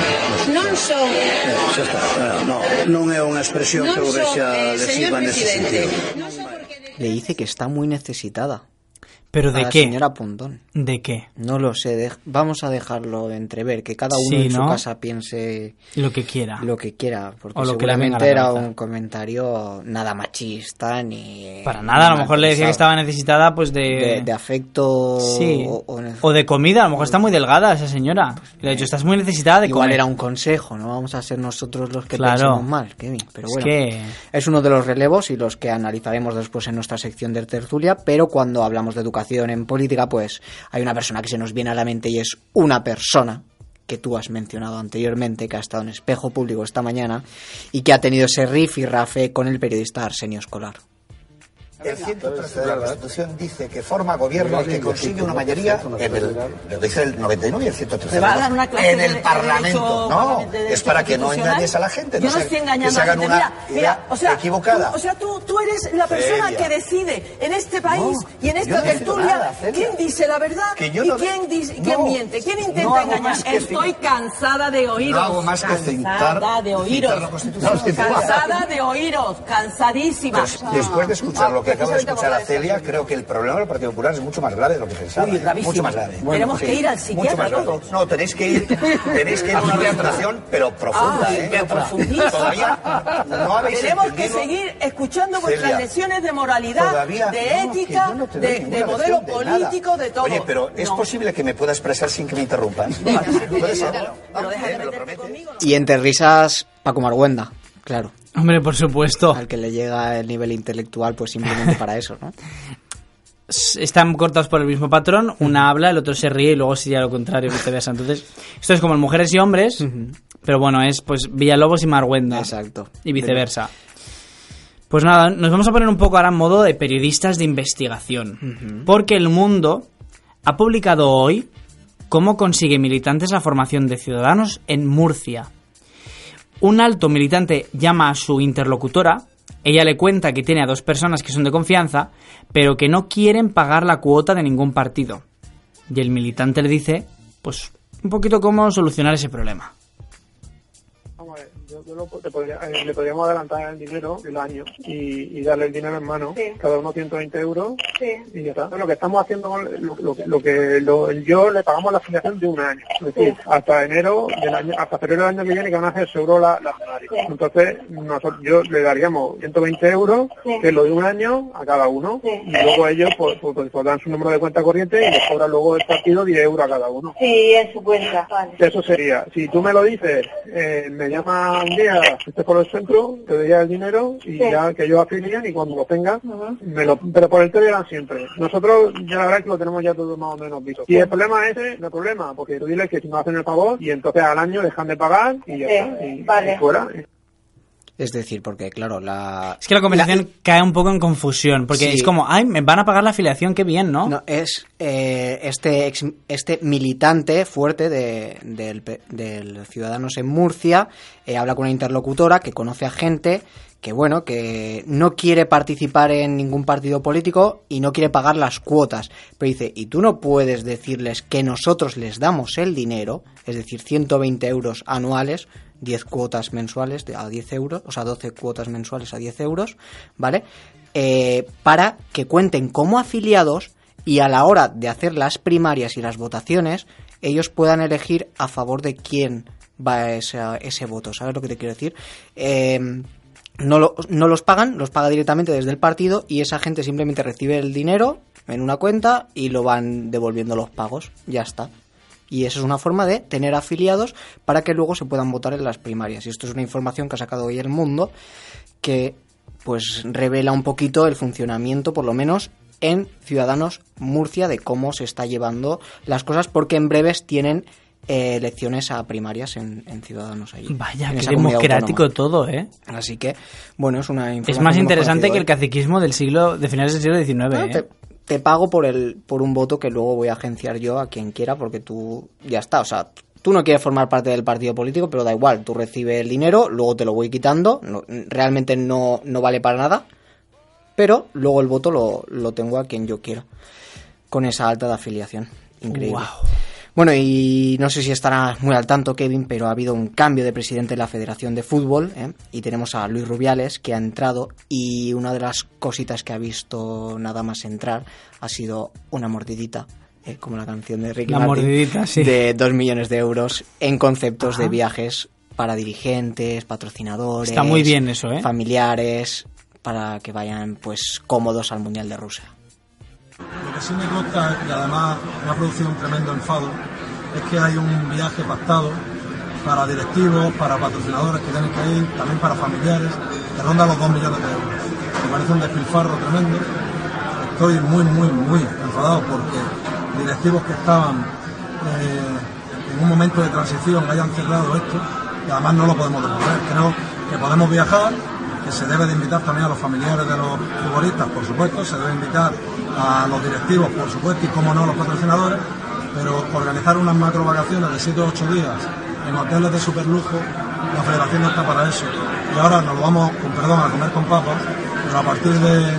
S24: non é unha expresión que eu vexa lesiva nese sentido.
S3: Le dice que está muy necesitada.
S2: ¿Pero de qué?
S3: Señora Pontón.
S2: ¿De qué?
S3: No lo sé. Vamos a dejarlo entrever. Que cada uno en su casa piense
S2: lo que quiera.
S3: Porque seguramente era un comentario nada machista ni...
S2: Para nada. A lo mejor le decía que estaba necesitada pues de
S3: afecto.
S2: Sí. O de comida. A lo mejor está muy delgada esa señora. De hecho, estás muy necesitada de
S3: Igual
S2: comer.
S3: era un consejo. No vamos a ser nosotros los que pensamos mal, Kevin. Pero bueno, es uno de los relevos y los que analizaremos después en nuestra sección de tertulia. Pero cuando hablamos de educación en política, pues hay una persona que se nos viene a la mente y es una persona que tú has mencionado anteriormente, que ha estado en Espejo Público esta mañana y que ha tenido ese rifirrafe con el periodista Arsenio Escolar.
S24: El 113 de la Constitución dice que forma gobierno el que consigue una mayoría lo dice el 99 y el 113
S23: ¿Me va a dar una clase
S24: en el Parlamento. No, es para que no engañes a la gente.
S23: Yo no estoy engañando a la gente. Mira, o sea,
S24: equivocada.
S23: Tú eres la persona que decide en este país y en esta tertulia quién dice la verdad y quién miente, quién intenta engañar. Estoy cansada de oíros.
S24: No hago más que
S23: cansada de oíros. Cansada de oíros. Cansadísima.
S24: Después de escuchar lo que acabo de escuchar a Celia, creo que el problema del Partido Popular es mucho más grave de lo que pensaba. Mucho más grave.
S23: Tenemos que ir al psiquiatra todos.
S24: No, tenéis que ir a una restauración, pero profunda, Todavía no habéis
S23: Tenemos que seguir escuchando vuestras lecciones de moralidad, de ética, de modelo político, de todo.
S24: Oye, pero ¿es posible que me pueda expresar sin que me interrumpas? ¿Puede ser?
S3: Y entre risas, Paco Marguenda, claro.
S2: Hombre, por supuesto.
S3: Al que le llega el nivel intelectual, pues simplemente para eso, ¿no?
S2: Están cortados por el mismo patrón, una habla, el otro se ríe y luego sería lo contrario, viceversa. Entonces, esto es como en mujeres y hombres, pero bueno, es pues Villalobos y Marguenda.
S3: Exacto.
S2: Y viceversa. Pues nada, nos vamos a poner un poco ahora en modo de periodistas de investigación. Porque El Mundo ha publicado hoy cómo consigue militantes la formación de Ciudadanos en Murcia. Un alto militante llama a su interlocutora, ella le cuenta que tiene a 2 personas que son de confianza, pero que no quieren pagar la cuota de ningún partido. Y el militante le dice, pues, un poquito cómo solucionar ese problema.
S4: Vamos a ver, le podríamos adelantar el dinero del año y darle el dinero en mano, cada uno 120 euros, y ya está. Lo que estamos haciendo, yo le pagamos la afiliación de un año, es decir, hasta enero del año, hasta febrero del año que viene, que van a hacer seguro la salario. Entonces, yo le daríamos 120 euros, que es lo de un año, a cada uno, y luego ellos pues dan su número de cuenta corriente y les cobran luego el partido 10 euros a cada uno.
S23: Sí, en su cuenta, vale.
S4: Eso sería, si tú me lo dices, me llama un día, estés por el centro, te daría el dinero y ya que ellos afilian y cuando lo tengas, pero por el Telegram siempre. Nosotros ya la verdad es que lo tenemos ya todo más o menos visto. Y el problema es ese, no hay problema, porque tú diles que si no hacen el favor y entonces al año dejan de pagar y ya está, y fuera.
S3: Es decir, porque claro,
S2: es que la conversación cae un poco en confusión, porque es como, ay, me van a pagar la afiliación, qué bien, ¿no?
S3: No, es este militante fuerte del Ciudadanos en Murcia, habla con una interlocutora que conoce a gente que, bueno, que no quiere participar en ningún partido político y no quiere pagar las cuotas. Pero dice, y tú no puedes decirles que nosotros les damos el dinero, es decir, 120 euros anuales, 10 cuotas mensuales a 10 euros, o sea, 12 cuotas mensuales a 10 euros, ¿vale? Para que cuenten como afiliados y a la hora de hacer las primarias y las votaciones, ellos puedan elegir a favor de quién va ese voto, ¿sabes lo que te quiero decir? No los pagan, los paga directamente desde el partido y esa gente simplemente recibe el dinero en una cuenta y lo van devolviendo los pagos, ya está. Y eso es una forma de tener afiliados para que luego se puedan votar en las primarias. Y esto es una información que ha sacado hoy El Mundo que pues revela un poquito el funcionamiento, por lo menos en Ciudadanos Murcia, de cómo se está llevando las cosas, porque en breves tienen elecciones a primarias en Ciudadanos allí.
S2: Vaya, qué democrático todo, ¿eh?
S3: Así que, bueno, es una información.
S2: Es más interesante que el caciquismo de finales del siglo XIX,
S3: Te pago por un voto que luego voy a agenciar yo a quien quiera, porque tú ya está, o sea, tú no quieres formar parte del partido político, pero da igual, tú recibes el dinero, luego te lo voy quitando, realmente no vale para nada, pero luego el voto lo tengo a quien yo quiera, con esa alta de afiliación. Increíble. Wow. Bueno, y no sé si estarás muy al tanto, Kevin, pero ha habido un cambio de presidente de la Federación de Fútbol, y tenemos a Luis Rubiales, que ha entrado, y una de las cositas que ha visto nada más entrar ha sido una mordidita, como la canción de Ricky Martin,
S2: mordidita, sí,
S3: de 2 millones de euros en conceptos de viajes para dirigentes, patrocinadores.
S2: Está muy bien eso,
S3: familiares, para que vayan pues cómodos al Mundial de Rusia.
S7: Lo que sí me consta, y además me ha producido un tremendo enfado, es que hay un viaje pactado para directivos, para patrocinadores que tienen que ir, también para familiares, que ronda los 2 millones de euros. Me parece un despilfarro tremendo. Estoy muy enfadado porque directivos que estaban en un momento de transición hayan cerrado esto, y además no lo podemos devolver. Creo que podemos viajar, que se debe de invitar también a los familiares de los futbolistas, por supuesto, se debe invitar a los directivos, por supuesto, y como no a los patrocinadores, pero organizar unas macro vacaciones de 7 o 8 días en hoteles de superlujo, la federación no está para eso. Y ahora nos lo vamos, con perdón, a comer con papas, pero a partir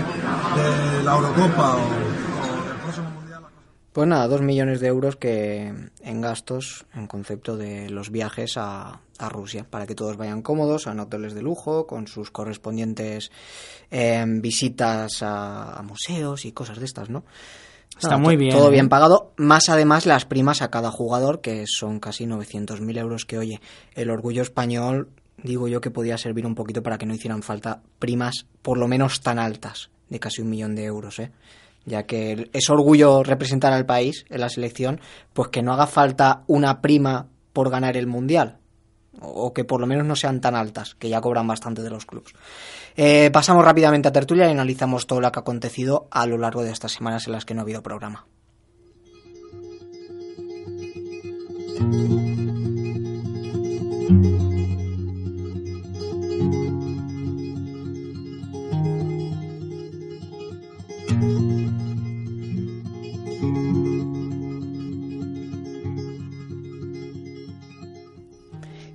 S7: de la Eurocopa o del próximo Mundial...
S3: Pues nada, 2 millones de euros que en gastos, en concepto de los viajes a Rusia, para que todos vayan cómodos, a hoteles de lujo, con sus correspondientes visitas a museos y cosas de estas, ¿no?
S2: Está muy bien.
S3: Todo bien pagado, más además las primas a cada jugador, que son casi 900.000 euros, que oye, el orgullo español, digo yo que podía servir un poquito para que no hicieran falta primas por lo menos tan altas, de casi 1 millón de euros, ya que es orgullo representar al país en la selección, pues que no haga falta una prima por ganar el Mundial, o que por lo menos no sean tan altas, que ya cobran bastante de los clubes. Pasamos rápidamente a tertulia y analizamos todo lo que ha acontecido a lo largo de estas semanas en las que no ha habido programa.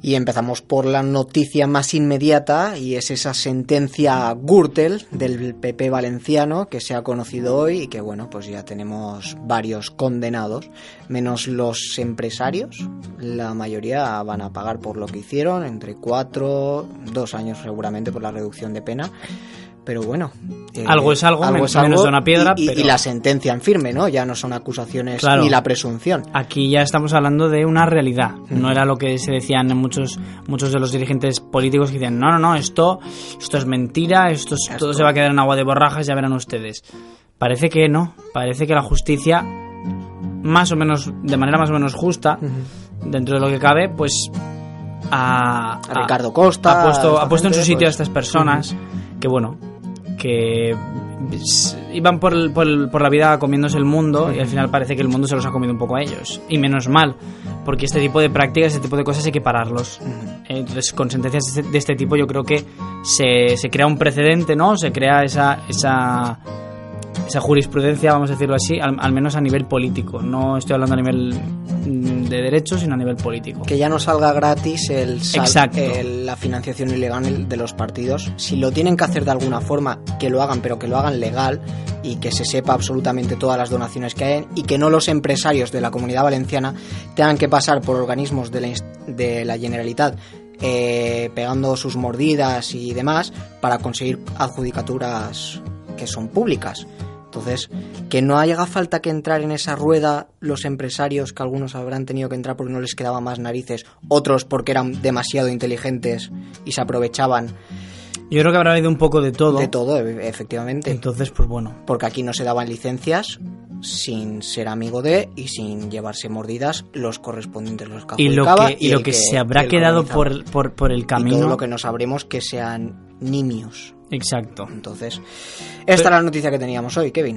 S3: Y empezamos por la noticia más inmediata, y es esa sentencia Gürtel del PP valenciano que se ha conocido hoy y que, bueno, pues ya tenemos varios condenados, menos los empresarios. La mayoría van a pagar por lo que hicieron, entre 4, 2 años seguramente por la reducción de pena. Pero bueno,
S2: algo es algo, menos de una piedra.
S3: Y la sentencia en firme, ¿no? Ya no son acusaciones, claro, ni la presunción.
S2: Aquí ya estamos hablando de una realidad. No era lo que se decían en muchos de los dirigentes políticos que decían, no, esto es mentira, esto todo se va a quedar en agua de borrajas, ya verán ustedes. Parece que no, parece que la justicia, más o menos, de manera más o menos justa, dentro de lo que cabe, pues
S3: a Ricardo Costa
S2: ha puesto en su sitio a estas personas que, bueno, que iban por la vida comiéndose el mundo, y al final parece que el mundo se los ha comido un poco a ellos, y menos mal, porque este tipo de prácticas, este tipo de cosas hay que pararlos. Entonces, con sentencias de este tipo yo creo que se crea un precedente, ¿no? Se crea esa jurisprudencia, vamos a decirlo así, al menos a nivel político. No estoy hablando a nivel de derechos, sino a nivel político.
S3: Que ya no salga gratis la financiación ilegal de los partidos. Si lo tienen que hacer de alguna forma, que lo hagan, pero que lo hagan legal, y que se sepa absolutamente todas las donaciones que hay, y que no los empresarios de la Comunidad Valenciana tengan que pasar por organismos de la Generalitat pegando sus mordidas y demás para conseguir adjudicaturas que son públicas. Entonces, que no haga falta que entrar en esa rueda los empresarios, que algunos habrán tenido que entrar porque no les quedaba más narices, otros porque eran demasiado inteligentes y se aprovechaban.
S2: Yo creo que habrá habido un poco de todo.
S3: De todo, efectivamente.
S2: Entonces, pues bueno.
S3: Porque aquí no se daban licencias sin ser amigo de y sin llevarse mordidas los correspondientes, los que adjudicaba.
S2: Y lo que se habrá quedado por el camino.
S3: Y todo lo que no sabremos que sean nimios.
S2: Exacto.
S3: Entonces, esta es la noticia que teníamos hoy, Kevin.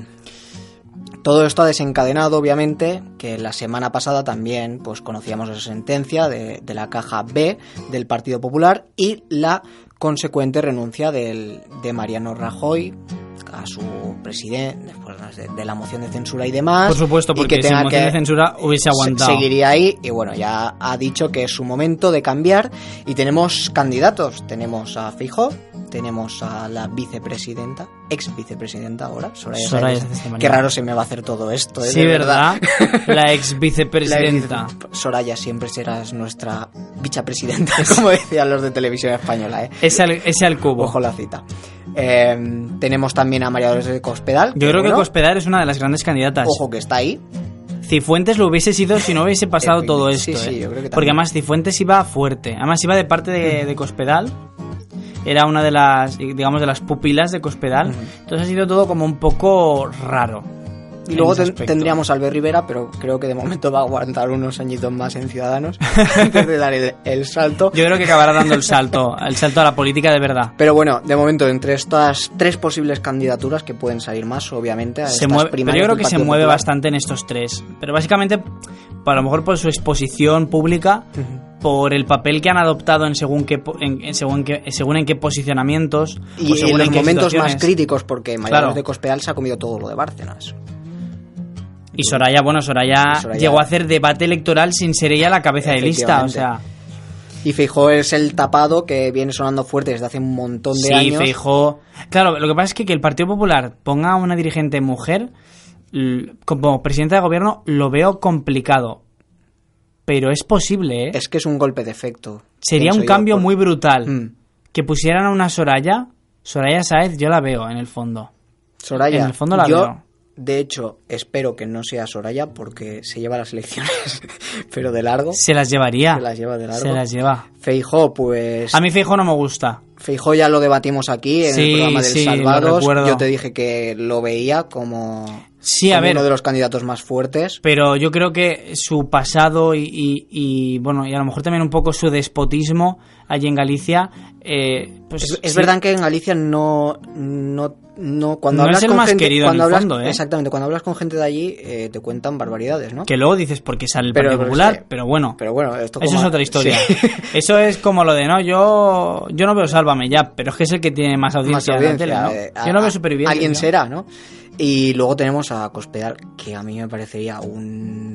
S3: Todo esto ha desencadenado, obviamente, que la semana pasada también pues conocíamos esa sentencia de la caja B del Partido Popular y la consecuente renuncia de Mariano Rajoy a su presidente después de la moción de censura y demás.
S2: Por supuesto, porque sin moción de censura hubiese aguantado.
S3: Seguiría ahí y bueno, ya ha dicho que es su momento de cambiar y tenemos candidatos. Tenemos a Feijóo, tenemos a la vicepresidenta, ex vicepresidenta ahora, Soraya Sáenz. Qué raro se me va a hacer todo esto, ¿eh?
S2: Sí, ¿verdad? La ex vicepresidenta.
S3: Soraya, siempre serás nuestra vicepresidenta, como decían los de Televisión Española, ¿eh?
S2: Ese al cubo.
S3: Ojo la cita. Tenemos también a María Dolores de Cospedal.
S2: Yo creo que Cospedal es una de las grandes candidatas.
S3: Ojo que está ahí.
S2: Cifuentes lo hubiese sido si no hubiese pasado todo esto.
S3: Sí, yo creo que
S2: porque además Cifuentes iba fuerte. Además iba de parte de Cospedal. Era una de las, digamos, de las pupilas de Cospedal. Entonces ha sido todo como un poco raro.
S3: Y luego tendríamos a Albert Rivera, pero creo que de momento va a aguantar unos añitos más en Ciudadanos antes de dar el salto.
S2: Yo creo que acabará dando el salto a la política de verdad.
S3: Pero bueno, de momento, entre estas 3 posibles candidaturas, que pueden salir más, obviamente, a estas primarias
S2: pero yo creo que se mueve bastante en estos 3. Pero básicamente, a lo mejor por su exposición pública, por el papel que han adoptado en según en qué posicionamientos.
S3: Y en los momentos más críticos, porque María Dolores de Cospedal se ha comido todo lo de Bárcenas.
S2: Y Soraya llegó a hacer debate electoral sin ser ella la cabeza de lista, o sea.
S3: Y Feijóo es el tapado que viene sonando fuerte desde hace un montón de años.
S2: Sí, Feijóo. Claro, lo que pasa es que el Partido Popular ponga a una dirigente mujer como presidenta de gobierno lo veo complicado. Pero es posible, ¿eh?
S3: Es que es un golpe de efecto.
S2: Sería un cambio muy brutal. Que pusieran a una Soraya Sáenz, yo la veo en el fondo.
S3: Soraya,
S2: en el fondo la veo.
S3: De hecho, espero que no sea Soraya porque se lleva las elecciones, pero de largo.
S2: Se las llevaría.
S3: Se las lleva de largo.
S2: Se las lleva.
S3: Feijóo, pues...
S2: A mí Feijóo no me gusta.
S3: Feijóo ya lo debatimos aquí en el programa del Salvados. Yo te dije que lo veía como uno de los candidatos más fuertes.
S2: Pero yo creo que su pasado y bueno, y a lo mejor también un poco su despotismo allí en Galicia... pues
S3: es verdad que en Galicia no cuando hablas
S2: es el
S3: con
S2: más
S3: gente,
S2: querido en el fondo, ¿eh?
S3: Exactamente, cuando hablas con gente de allí te cuentan barbaridades, ¿no?
S2: Que luego dices porque sale el Partido Popular, pero bueno,
S3: esto
S2: eso es otra historia. Sí. Eso es como lo de yo no veo Sálvame ya, pero es que es el que tiene más audiencia en la tele, ¿no? Yo no veo Supervivientes.
S3: Alguien será, ¿no? Y luego tenemos a Cospedal, que a mí me parecería un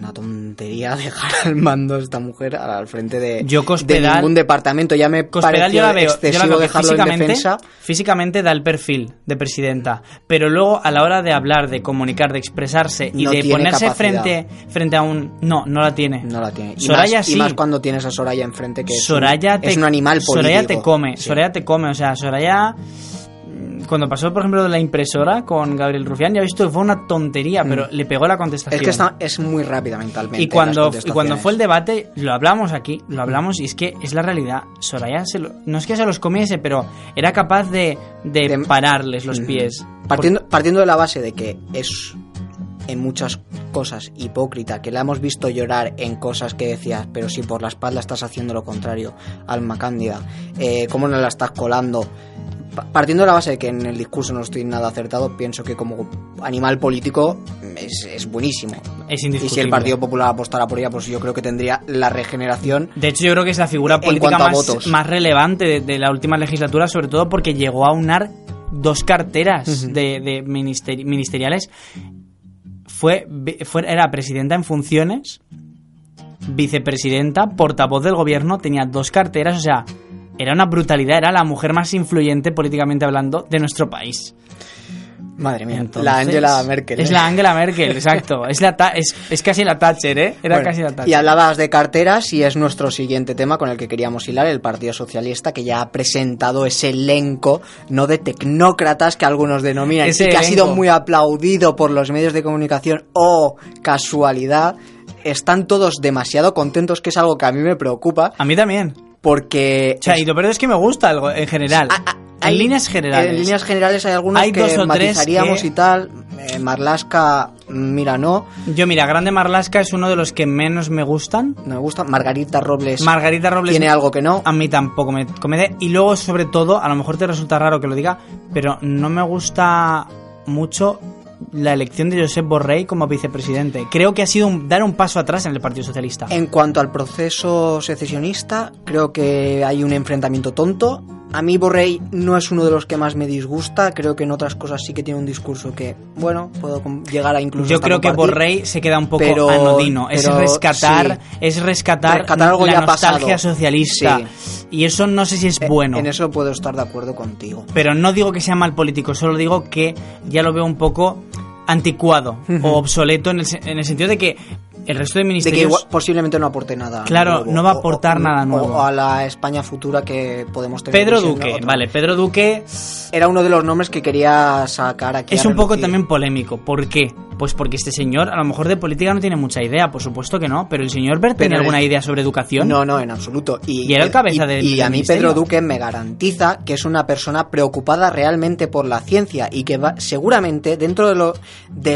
S3: una tontería dejar al mando a esta mujer al frente de
S2: Cospedal,
S3: ningún departamento. Ya me pareció excesivo dejarlo en defensa.
S2: Físicamente da el perfil de presidenta, pero luego a la hora de hablar, de comunicar, de expresarse y de ponerse frente a un... No la tiene.
S3: No la tiene.
S2: Soraya
S3: y más cuando tienes a Soraya enfrente, que es un animal político.
S2: Soraya te come, sí. Soraya te come. O sea, Soraya... Cuando pasó, por ejemplo, de la impresora con Gabriel Rufián, ya he visto que fue una tontería, pero le pegó la contestación.
S3: Es que es muy rápida mentalmente.
S2: Y cuando fue el debate, lo hablamos aquí, y es que es la realidad. Soraya no es que se los comiese, pero era capaz de pararles los pies.
S3: Partiendo de la base de que es en muchas cosas hipócrita, que la hemos visto llorar en cosas que decías, pero si por la espalda estás haciendo lo contrario, Alma Cándida, ¿cómo no la estás colando? Partiendo de la base de que en el discurso no estoy nada acertado, pienso que como animal político es buenísimo.
S2: Es indiscutible.
S3: Y si el Partido Popular apostara por ella, pues yo creo que tendría la regeneración.
S2: De hecho, yo creo que es la figura política más relevante de la última legislatura, sobre todo porque llegó a unar 2 carteras de ministeriales. Era presidenta en funciones, vicepresidenta, portavoz del gobierno, tenía 2 carteras, o sea... Era una brutalidad, era la mujer más influyente políticamente hablando de nuestro país.
S3: Madre mía, entonces, la Angela Merkel.
S2: Es la Angela Merkel, exacto. Es casi la Thatcher, ¿eh? Casi la Thatcher.
S3: Y hablabas de carteras y es nuestro siguiente tema con el que queríamos hilar, el Partido Socialista, que ya ha presentado ese elenco, no de tecnócratas que algunos denominan, y que ha sido muy aplaudido por los medios de comunicación. ¡Oh, casualidad! Están todos demasiado contentos, que es algo que a mí me preocupa.
S2: A mí también.
S3: Porque...
S2: O sea, y lo peor es que me gusta algo en general. En líneas generales.
S3: En líneas generales hay algunos que matizaríamos y tal. Marlaska, mira, no.
S2: Yo, mira, Grande Marlaska es uno de los que menos me gustan.
S3: No me gusta. Margarita Robles
S2: tiene
S3: algo que no.
S2: A mí tampoco me convence. Y luego, sobre todo, a lo mejor te resulta raro que lo diga, pero no me gusta mucho la elección de Josep Borrell como vicepresidente. Creo que ha sido dar un paso atrás en el Partido Socialista.
S3: En cuanto al proceso secesionista, creo que hay un enfrentamiento tonto. A mí Borrell no es uno de los que más me disgusta. Creo que en otras cosas sí que tiene un discurso que, bueno, puedo llegar a incluso...
S2: Yo creo que Borrell se queda un poco anodino. Es rescatar
S3: algo
S2: la
S3: ya
S2: nostalgia
S3: pasado.
S2: Socialista. Sí. Y eso no sé si es bueno.
S3: En eso puedo estar de acuerdo contigo.
S2: Pero no digo que sea mal político, solo digo que ya lo veo un poco anticuado o obsoleto en el sentido de que el resto de ministerios...
S3: De que igual, posiblemente no aporte nada
S2: Claro,
S3: nuevo,
S2: no va a aportar nada nuevo.
S3: O a la España futura que podemos tener.
S2: Pedro Duque, vale, Pedro Duque...
S3: Era uno de los nombres que quería sacar aquí.
S2: Es un poco también polémico. ¿Por qué? Pues porque este señor, a lo mejor de política no tiene mucha idea, por supuesto que no, pero el señor Bert tiene alguna idea sobre educación.
S3: No, en absoluto.
S2: Y era el cabeza del
S3: Y a mí
S2: ministerio.
S3: Pedro Duque me garantiza que es una persona preocupada realmente por la ciencia y que va seguramente dentro de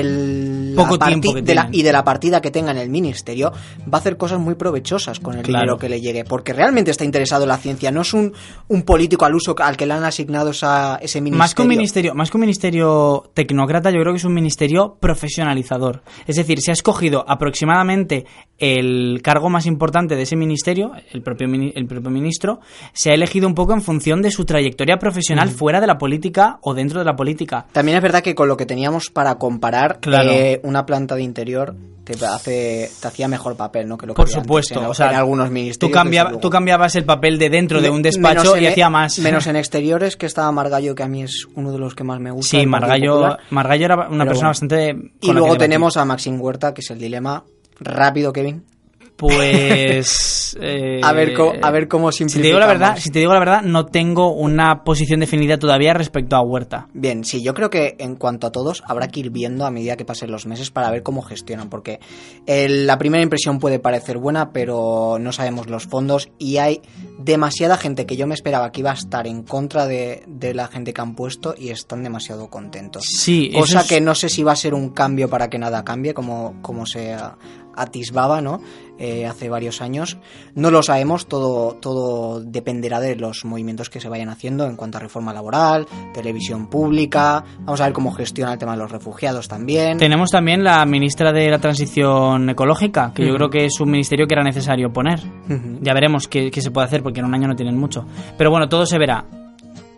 S3: la partida que tenga en el ministerio va a hacer cosas muy provechosas con el dinero que le llegue, porque realmente está interesado en la ciencia, no es un político al uso al que le han asignado ese ministerio.
S2: Más que un ministerio tecnócrata, yo creo que es un ministerio profesionalizador. Es decir, se ha escogido aproximadamente el cargo más importante de ese ministerio, el propio ministro, se ha elegido un poco en función de su trayectoria profesional fuera de la política o dentro de la política.
S3: También es verdad que con lo que teníamos para comparar, una planta de interior te hacía mejor papel, ¿no? Que lo que
S2: por supuesto,
S3: antes, en algunos ministerios.
S2: Tú cambiabas el papel de dentro de un despacho y hacía más.
S3: Menos en exteriores, que estaba Margallo, que a mí es uno de los que más me gusta.
S2: Sí, Margallo era una persona bastante...
S3: Y luego tenemos a Maxim Huerta, que es el dilema. Rápido, Kevin.
S2: Pues...
S3: a ver cómo simplificamos.
S2: Si te digo la verdad, no tengo una posición definida todavía respecto a Huerta.
S3: Bien, sí, yo creo que en cuanto a todos habrá que ir viendo a medida que pasen los meses para ver cómo gestionan, porque la primera impresión puede parecer buena, pero no sabemos los fondos y hay demasiada gente que yo me esperaba que iba a estar en contra de la gente que han puesto y están demasiado contentos.
S2: Sí,
S3: cosa que no sé si va a ser un cambio para que nada cambie, como se atisbaba, ¿no? Hace varios años. No lo sabemos, todo dependerá de los movimientos que se vayan haciendo en cuanto a reforma laboral, televisión pública. Vamos a ver cómo gestiona el tema de los refugiados también.
S2: Tenemos también la ministra de la Transición Ecológica, que yo creo que es un ministerio que era necesario poner. Ya veremos qué se puede hacer, porque en un año no tienen mucho. Pero bueno, todo se verá.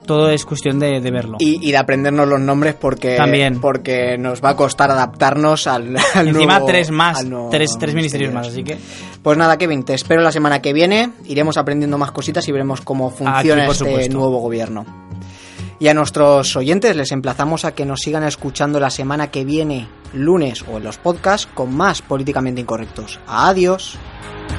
S2: todo es cuestión de verlo.
S3: Y de aprendernos los nombres porque nos va a costar adaptarnos al
S2: encima
S3: nuevo...
S2: tres ministerios más, así que...
S3: Pues nada, Kevin, te espero la semana que viene. Iremos aprendiendo más cositas y veremos cómo funciona este nuevo gobierno. Y a nuestros oyentes les emplazamos a que nos sigan escuchando la semana que viene, lunes, o en los podcasts con más Políticamente Incorrectos. Adiós.